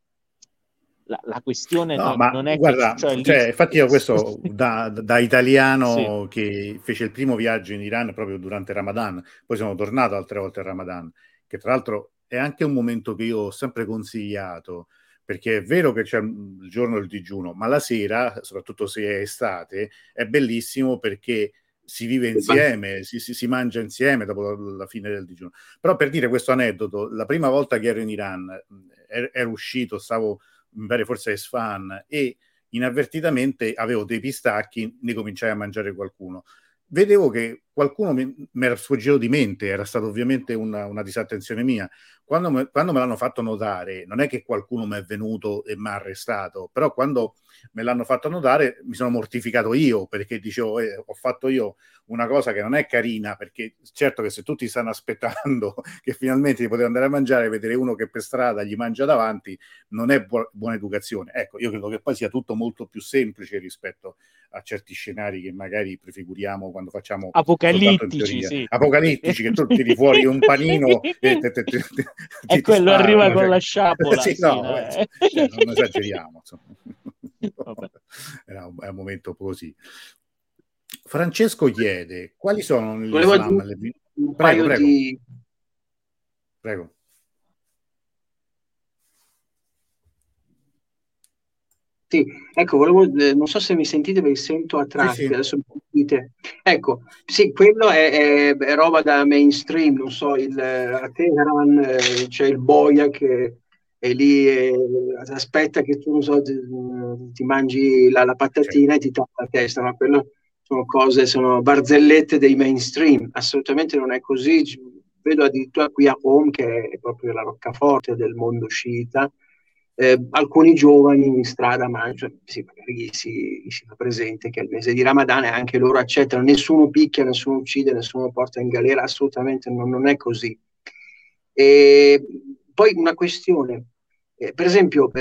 S2: la questione
S1: No, ma
S2: non è che,
S1: guarda,
S2: cioè, lì...
S1: cioè, infatti io questo da
S2: Sì.
S1: italiano che fece il primo viaggio in Iran proprio durante Ramadan, poi sono tornato altre volte a Ramadan, che tra l'altro è anche un momento che io ho sempre consigliato, perché è vero che c'è il giorno del digiuno, ma la sera, soprattutto se è estate, è bellissimo perché si vive insieme, si mangia insieme dopo la fine del digiuno. Però per dire questo aneddoto, la prima volta che ero in Iran, ero uscito, stavo mi pare forse a Esfahan, e inavvertitamente avevo dei pistacchi, ne cominciai a mangiare qualcuno. Vedevo che qualcuno mi era sfuggito di mente, era stata ovviamente una disattenzione mia. Quando me l'hanno fatto notare, non è che qualcuno mi è venuto e mi ha arrestato, però quando me l'hanno fatto notare mi sono mortificato io, perché dicevo, ho fatto io una cosa che non è carina, perché certo che se tutti stanno aspettando che finalmente ti poteva andare a mangiare, vedere uno che per strada gli mangia davanti, non è buona educazione. Ecco, io credo che poi sia tutto molto più semplice rispetto a certi scenari che magari prefiguriamo quando facciamo soltanto in
S2: Apocalittici,
S1: teoria.
S2: sì.
S1: Apocalittici, che tu tiri fuori un panino e
S2: e
S1: ti
S2: quello arriva
S1: sparano.
S2: con
S1: Cioè...
S2: la sciabola.
S1: sì,
S2: Sì,
S1: no,
S2: no?
S1: vabbè, cioè, non esageriamo. Insomma.
S2: Vabbè.
S1: Era un momento così. Francesco chiede, quali sono
S3: Volevo
S1: nell'Islam
S3: aggiungere
S1: le...
S3: un
S1: Prego,
S3: paio
S1: prego,
S3: di...
S1: prego.
S3: Sì, ecco, volevo, non so se mi sentite perché sento a
S1: Sì,
S3: tratti,
S1: sì.
S3: adesso mi dite. Ecco, sì, quello è roba da mainstream, non so, a Teheran c'è il boia che è lì, aspetta che tu, non so, ti mangi la
S1: Certo.
S3: patatina e ti tocca la testa, ma quello sono cose, sono barzellette dei mainstream, assolutamente non è così. Vedo addirittura qui a Home, che è proprio la roccaforte del mondo sciita, alcuni giovani in strada mangiano, sì, magari si fa presente che è il mese di Ramadan e anche loro accettano, nessuno picchia, nessuno uccide, nessuno porta in galera, assolutamente non è così. E poi una questione, per esempio,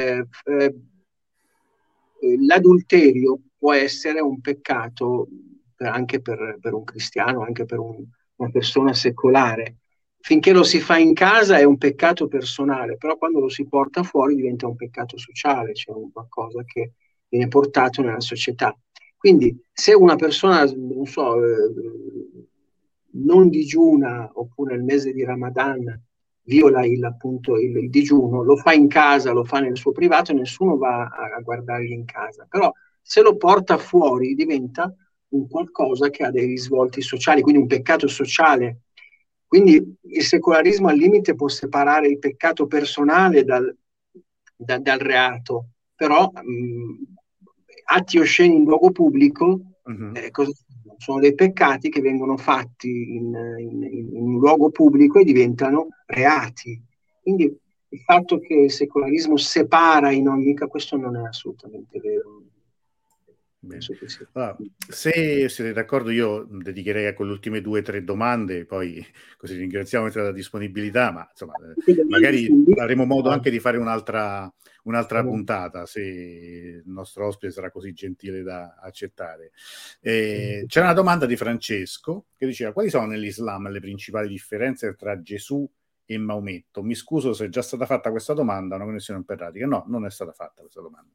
S3: l'adulterio può essere un peccato anche per un cristiano, anche per una persona secolare. Finché lo si fa in casa è un peccato personale, però quando lo si porta fuori diventa un peccato sociale, cioè un qualcosa che viene portato nella società. Quindi se una persona, non so, non digiuna oppure nel mese di Ramadan viola appunto il digiuno, lo fa in casa, lo fa nel suo privato e nessuno va a guardargli in casa. Però se lo porta fuori diventa un qualcosa che ha dei risvolti sociali, quindi un peccato sociale. Quindi il secolarismo al limite può separare il peccato personale dal reato, però atti osceni in luogo pubblico sono dei peccati che vengono fatti in un luogo pubblico e diventano reati. Quindi il fatto che il secolarismo separa in ogni caso, questo non è assolutamente vero. Penso che sia.
S1: Allora, se siete d'accordo, io dedicherei a quelle ultime 2 o 3 domande, poi così ringraziamo per la disponibilità, ma insomma, magari avremo modo anche di fare un'altra puntata, se il nostro ospite sarà così gentile da accettare. C'era una domanda di Francesco che diceva: quali sono nell'Islam le principali differenze tra Gesù e Maometto? Mi scuso se è già stata fatta questa domanda, una connessione un po' erratica. No, non è stata fatta questa domanda.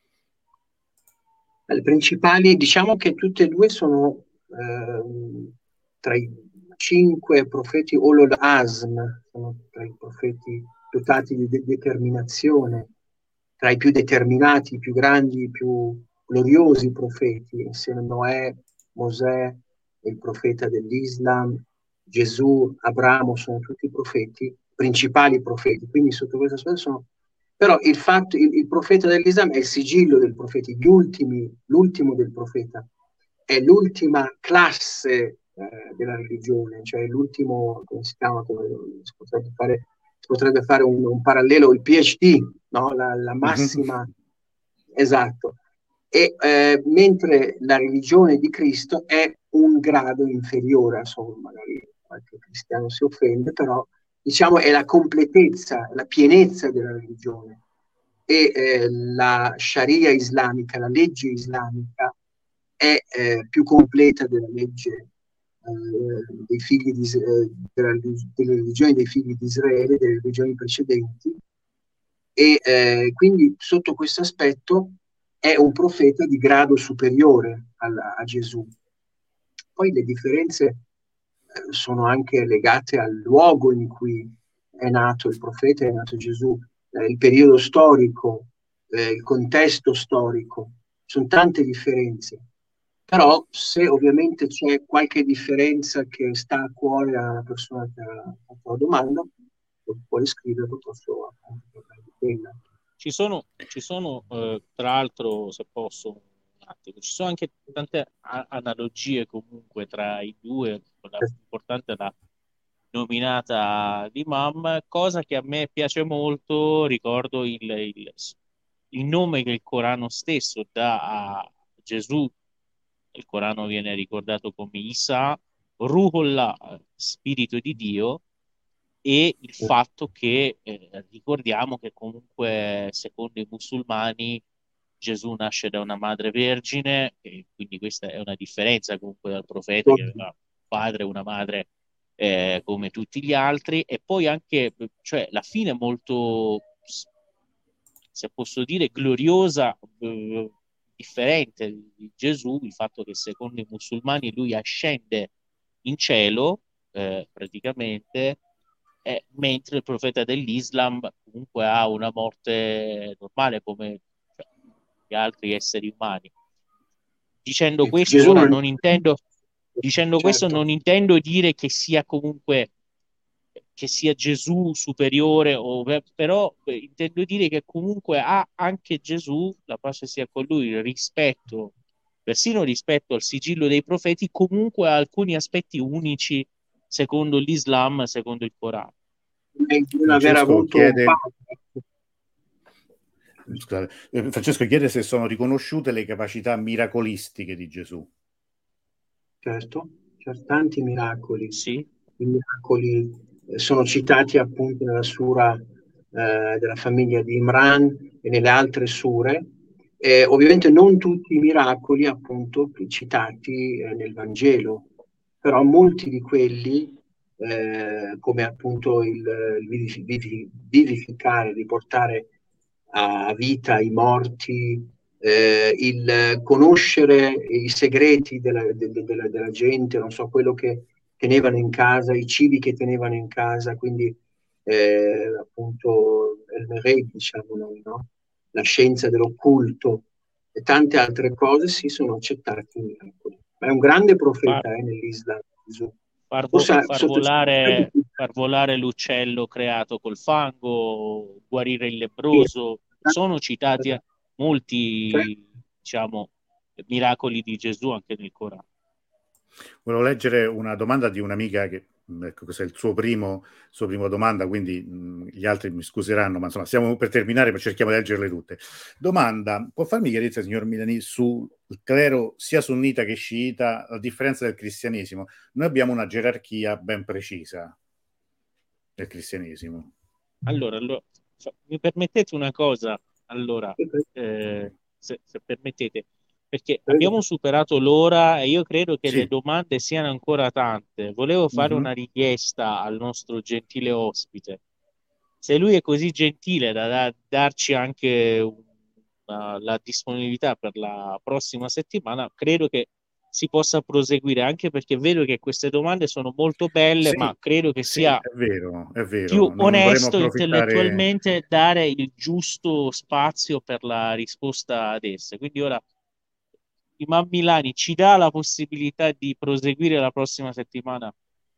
S3: Le principali, diciamo che tutte e due sono tra i 5 profeti Ulul Azm, sono tra i profeti dotati di determinazione, tra i più determinati, i più grandi, i più gloriosi profeti, insieme a Noè, Mosè, il profeta dell'Islam, Gesù, Abramo, sono tutti profeti, principali profeti, quindi sotto questo aspetto sono... Però il profeta dell'Islam è il sigillo del profeta, l'ultimo del profeta, è l'ultima classe della religione, cioè l'ultimo, come si chiama, si potrebbe fare un parallelo, il PhD, no? La massima, esatto. E mentre la religione di Cristo è un grado inferiore, insomma, magari qualche cristiano si offende, però diciamo è la completezza, la pienezza della religione. E la Sharia islamica, la legge islamica, è più completa della legge dei figli delle religioni dei figli di Israele, delle religioni precedenti, e quindi sotto questo aspetto è un profeta di grado superiore a Gesù. Poi le differenze sono anche legate al luogo in cui è nato il profeta, è nato Gesù, il periodo storico, il contesto storico, sono tante differenze. Però se ovviamente c'è qualche differenza che sta a cuore alla persona che ha fatto la domanda, lo puoi scrivere, posso appunto quella.
S2: Ci sono tra l'altro, se posso, un attimo, ci sono anche tante analogie comunque tra i due, la più importante è la nominata di Imam, cosa che a me piace molto, ricordo il nome che il Corano stesso dà a Gesù. Il Corano viene ricordato come Isa, Ruhollah, spirito di Dio, e il fatto che ricordiamo che comunque secondo i musulmani Gesù nasce da una madre vergine, e quindi questa è una differenza comunque dal profeta che aveva un padre e una madre come tutti gli altri, e poi anche cioè, la fine molto, se posso dire, gloriosa, differente di Gesù, il fatto che secondo i musulmani lui ascende in cielo praticamente, mentre il profeta dell'Islam comunque ha una morte normale come cioè, gli altri esseri umani. Dicendo questo,
S3: Gesù
S2: ora
S3: non...
S2: non intendo, dicendo questo
S3: Certo.
S2: non intendo dire che sia comunque che sia Gesù superiore, però intendo dire che comunque ha anche Gesù, la pace sia con lui, rispetto, persino rispetto al sigillo dei profeti, comunque ha alcuni aspetti unici secondo l'Islam, secondo il Corano.
S3: Non aver avuto un padre.
S1: Scusate, Francesco chiede se sono riconosciute le capacità miracolistiche di Gesù.
S3: Certo, tanti miracoli.
S2: Sì.
S3: I miracoli sono citati appunto nella sura della famiglia di Imran e nelle altre sure. Ovviamente non tutti i miracoli appunto citati nel Vangelo, però molti di quelli, come appunto il vivificare, riportare a vita i morti, il conoscere i segreti della gente, non so, quello che tenevano in casa, i cibi che tenevano in casa, quindi appunto il diciamo noi, no? La scienza dell'occulto e tante altre cose si sono accettati in miracoli. Ma è un grande profeta nell'Islam, Gesù.
S2: Far volare l'uccello creato col fango, guarire il lebbroso, sono citati molti, diciamo, miracoli di Gesù anche nel Corano.
S1: Volevo leggere una domanda di un'amica che, ecco, questa è il sua prima domanda, quindi gli altri mi scuseranno, ma insomma stiamo per terminare, ma cerchiamo di leggerle tutte. Domanda: può farmi chiarezza, signor Milani, sul clero sia sunnita che sciita, a differenza del cristianesimo? Noi abbiamo una gerarchia ben precisa del cristianesimo.
S2: Allora, mi permettete una cosa? Allora, se permettete, perché abbiamo superato l'ora e io credo che le domande siano ancora tante. Volevo fare una richiesta al nostro gentile ospite. Se lui è così gentile da darci anche la disponibilità per la prossima settimana, credo che si possa proseguire, anche perché vedo che queste domande sono molto belle, ma credo che sia
S1: è vero.
S2: più
S1: non
S2: onesto intellettualmente dare il giusto spazio per la risposta ad esse. Quindi ora Imam Milani ci dà la possibilità di proseguire la prossima settimana?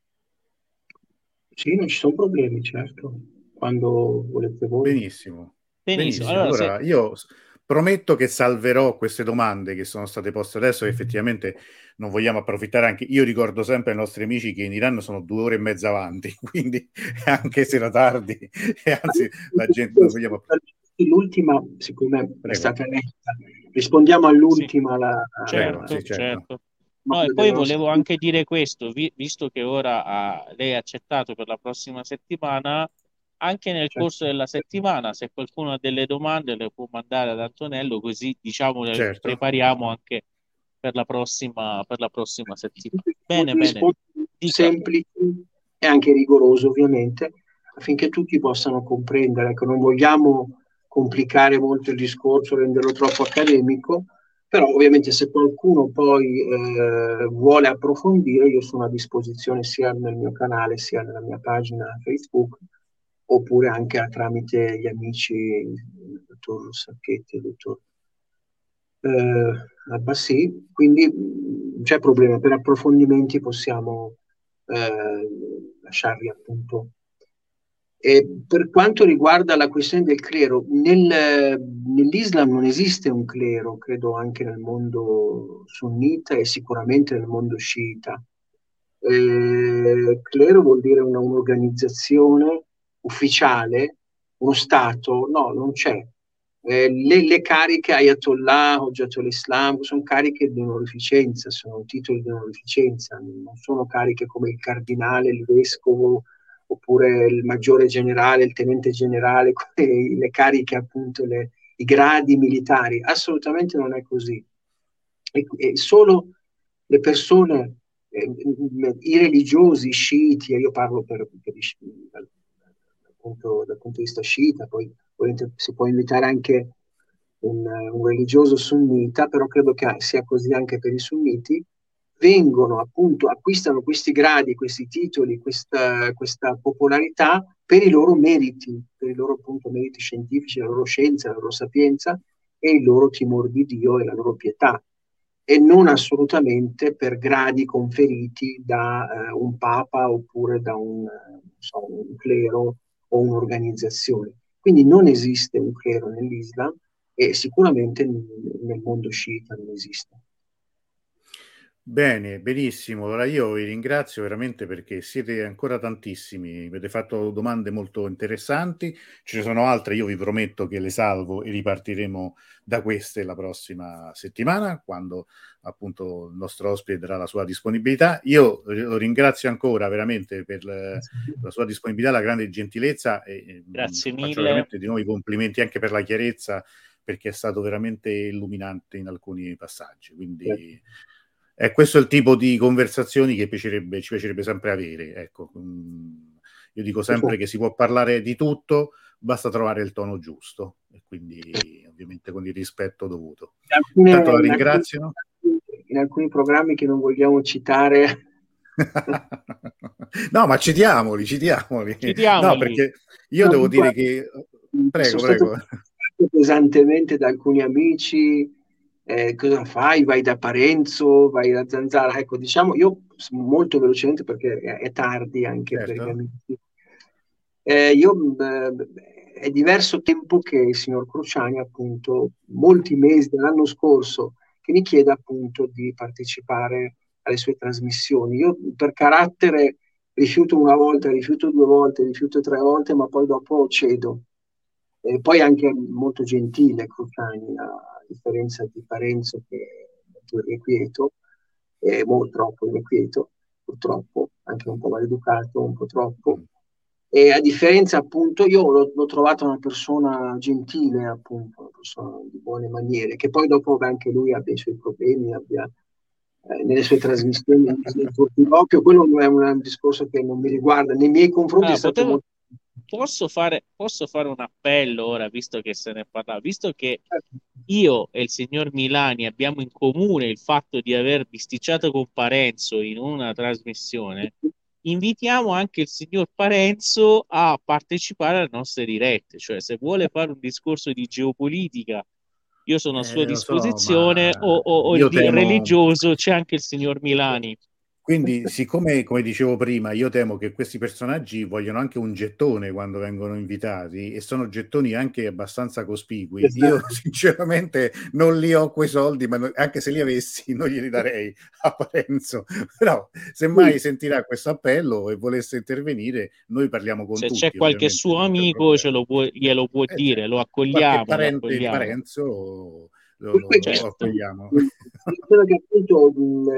S3: Sì, non ci sono problemi, certo, quando volete voi.
S1: Benissimo,
S2: Benissimo.
S1: benissimo.
S2: Allora,
S1: Allora io prometto che salverò queste domande che sono state poste adesso, che effettivamente non vogliamo approfittare anche. Io ricordo sempre ai nostri amici che in Iran sono 2 ore e mezza avanti, quindi anche se era tardi, e anzi la gente non vogliamo.
S3: L'ultima, siccome è
S1: Prego,
S3: stata letta, rispondiamo
S2: sì,
S3: all'ultima,
S1: prego,
S2: certo,
S1: sì, certo.
S2: certo. No, e poi volevo anche dire questo, visto che ora lei ha accettato per la prossima settimana, anche nel corso della settimana, se qualcuno ha delle domande le può mandare ad Antonello, così diciamo le
S1: Certo.
S2: prepariamo anche per la prossima settimana. Bene, bene.
S3: Rispondo
S2: Dica.
S3: semplice e anche rigoroso, ovviamente, affinché tutti possano comprendere. Ecco, non vogliamo complicare molto il discorso, renderlo troppo accademico, però ovviamente se qualcuno poi vuole approfondire, io sono a disposizione sia nel mio canale sia nella mia pagina Facebook, oppure anche tramite gli amici, il dottor Sacchetti e il dottor Abbassi, quindi non c'è problema, per approfondimenti possiamo lasciarli appunto. E per quanto riguarda la questione del clero, nell'Islam non esiste un clero, credo anche nel mondo sunnita e sicuramente nel mondo sciita. Clero vuol dire un'organizzazione ufficiale, uno Stato, no, non c'è. Le cariche Ayatollah, Hojjatul Islam, sono cariche di onorificenza, sono titoli di onorificenza, non sono cariche come il cardinale, il vescovo, oppure il maggiore generale, il tenente generale, le cariche appunto, i gradi militari. Assolutamente non è così. E solo le persone, i religiosi sciiti, io parlo dal punto di vista sciita, poi si può invitare anche un religioso sunnita, però credo che sia così anche per i sunniti, vengono appunto, acquistano questi gradi, questi titoli, questa popolarità per i loro meriti, per i loro appunto meriti scientifici, la loro scienza, la loro sapienza e il loro timore di Dio e la loro pietà, e non assolutamente per gradi conferiti da un papa oppure da un clero o un'organizzazione. Quindi non esiste un clero nell'Islam e sicuramente nel mondo sciita non esiste.
S1: Bene, benissimo. Allora io vi ringrazio veramente perché siete ancora tantissimi, avete fatto domande molto interessanti, ce ne sono altre, io vi prometto che le salvo e ripartiremo da queste la prossima settimana, quando appunto il nostro ospite darà la sua disponibilità. Io lo ringrazio ancora veramente per la sua disponibilità, la grande gentilezza e
S2: Grazie
S1: faccio
S2: mille.
S1: veramente di nuovo i complimenti anche per la chiarezza, perché è stato veramente illuminante in alcuni passaggi. Quindi questo è il tipo di conversazioni che ci piacerebbe sempre avere. Ecco, io dico sempre che si può parlare di tutto, basta trovare il tono giusto, e quindi ovviamente con il rispetto dovuto. Intanto la ringrazio.
S3: In alcuni programmi che non vogliamo citare.
S1: No, ma citiamoli. No,
S2: Citiamoli.
S1: perché io devo dire che. Prego,
S3: Sono stato pesantemente da alcuni amici. Cosa fai? Vai da Parenzo, vai da Zanzara. Ecco, diciamo, io molto velocemente perché è tardi anche per gli
S1: Certo.
S3: amici. È diverso tempo che il signor Cruciani, appunto, molti mesi dell'anno scorso, che mi chiede appunto di partecipare alle sue trasmissioni. Io per carattere rifiuto una volta, rifiuto 2 volte, rifiuto 3 volte, ma poi dopo cedo. E poi anche molto gentile Cruciani, a differenza di Parenzo che è molto irrequieto, molto troppo irrequieto, purtroppo, anche un po' maleducato, un po' troppo. E a differenza, appunto, io l'ho trovata una persona gentile, appunto, una persona di buone maniere, che poi dopo anche lui abbia i suoi problemi, abbia nelle sue trasmissioni il d'occhio, quello è un discorso che non mi riguarda, nei miei confronti è stato molto.
S2: Posso fare un appello ora, visto che se ne parla, visto che io e il signor Milani abbiamo in comune il fatto di aver bisticciato con Parenzo in una trasmissione, invitiamo anche il signor Parenzo a partecipare alle nostre dirette, cioè se vuole fare un discorso di geopolitica Io sono a sua
S1: Lo so,
S2: disposizione,
S1: ma
S2: o
S1: io
S2: il
S1: temo.
S2: religioso, c'è anche il signor Milani.
S1: Quindi, siccome, come dicevo prima, io temo che questi personaggi vogliono anche un gettone quando vengono invitati, e sono gettoni anche abbastanza cospicui, io
S3: Esatto.
S1: sinceramente non li ho quei soldi, ma anche se li avessi non glieli darei a Parenzo. Però se mai sentirà questo appello e volesse intervenire, noi parliamo con
S2: Se c'è
S1: tutti,
S2: qualche
S1: ovviamente,
S2: suo
S1: non c'è
S2: amico,
S1: problema.
S2: glielo può dire,
S1: Certo. Qualche
S2: lo
S1: parente di
S2: accogliamo.
S1: Parenzo lo
S2: Certo.
S1: accogliamo.
S3: Quello che appunto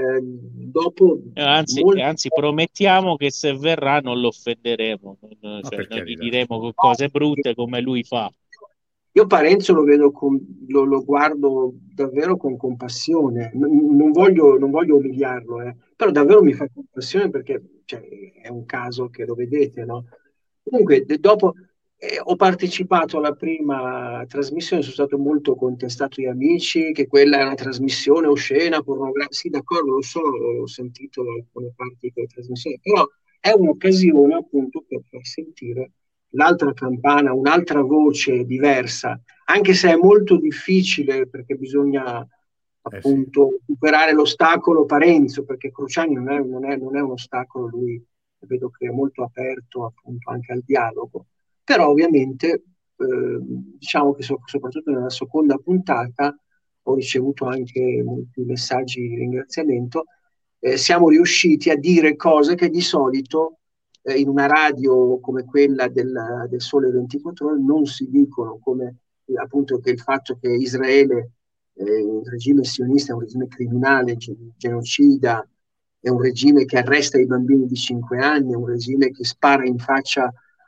S3: dopo
S2: Anzi, promettiamo che se verrà non lo offenderemo,
S1: Ma
S2: cioè
S1: per
S2: non gli
S1: carità.
S2: diremo cose brutte come lui fa.
S3: io Parenzo lo vedo lo guardo davvero con compassione. Non voglio umiliarlo, però davvero mi fa compassione perché cioè, è un caso che lo vedete, no? Comunque, dopo ho partecipato alla prima trasmissione, sono stato molto contestato agli amici che quella è una trasmissione oscena, pornografica. Sì, d'accordo, lo so, ho sentito alcune parti di quella trasmissione, però è un'occasione appunto per far sentire l'altra campana, un'altra voce diversa, anche se è molto difficile perché bisogna
S1: Sì.
S3: appunto superare l'ostacolo Parenzo, perché Cruciani non è un ostacolo, lui vedo che è molto aperto appunto anche al dialogo, però ovviamente diciamo che soprattutto nella seconda puntata ho ricevuto anche molti messaggi di ringraziamento, siamo riusciti a dire cose che di solito in una radio come quella del Sole 24 Ore non si dicono, come appunto che il fatto che Israele, il regime sionista, è un regime criminale, genocida, è un regime che arresta i bambini di 5 anni, è un regime che spara in faccia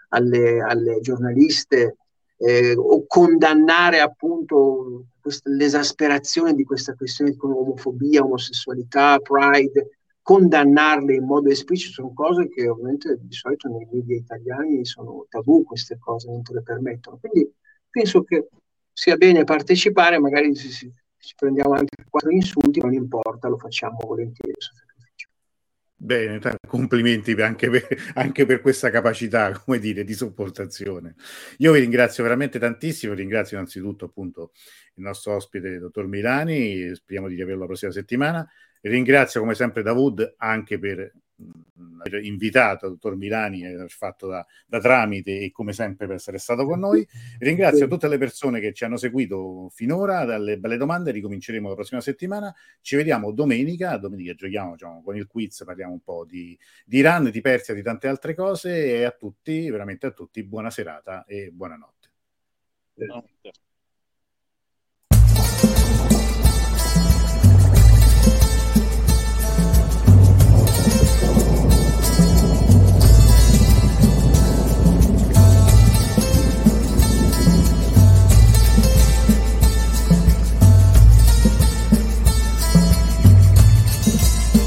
S3: alle giornaliste, o condannare appunto l'esasperazione di questa questione con omofobia, omosessualità, pride, condannarle in modo esplicito sono cose che ovviamente di solito nei media italiani sono tabù, queste cose non te le permettono. Quindi penso che sia bene partecipare, magari ci prendiamo anche 4 insulti, non importa, lo facciamo volentieri.
S1: Bene, complimenti anche per questa capacità, come dire, di sopportazione. Io vi ringrazio veramente tantissimo, ringrazio innanzitutto appunto il nostro ospite, dottor Milani, speriamo di riaverlo la prossima settimana. Ringrazio come sempre Davud anche per aver invitato il dottor Milani e aver fatto da tramite, e come sempre per essere stato con noi. Ringrazio tutte le persone che ci hanno seguito finora, dalle belle domande. Ricominceremo la prossima settimana. Ci vediamo domenica giochiamo, diciamo, con il quiz, parliamo un po' di Iran, di Persia, di tante altre cose, e a tutti, veramente a tutti, buona serata e buonanotte.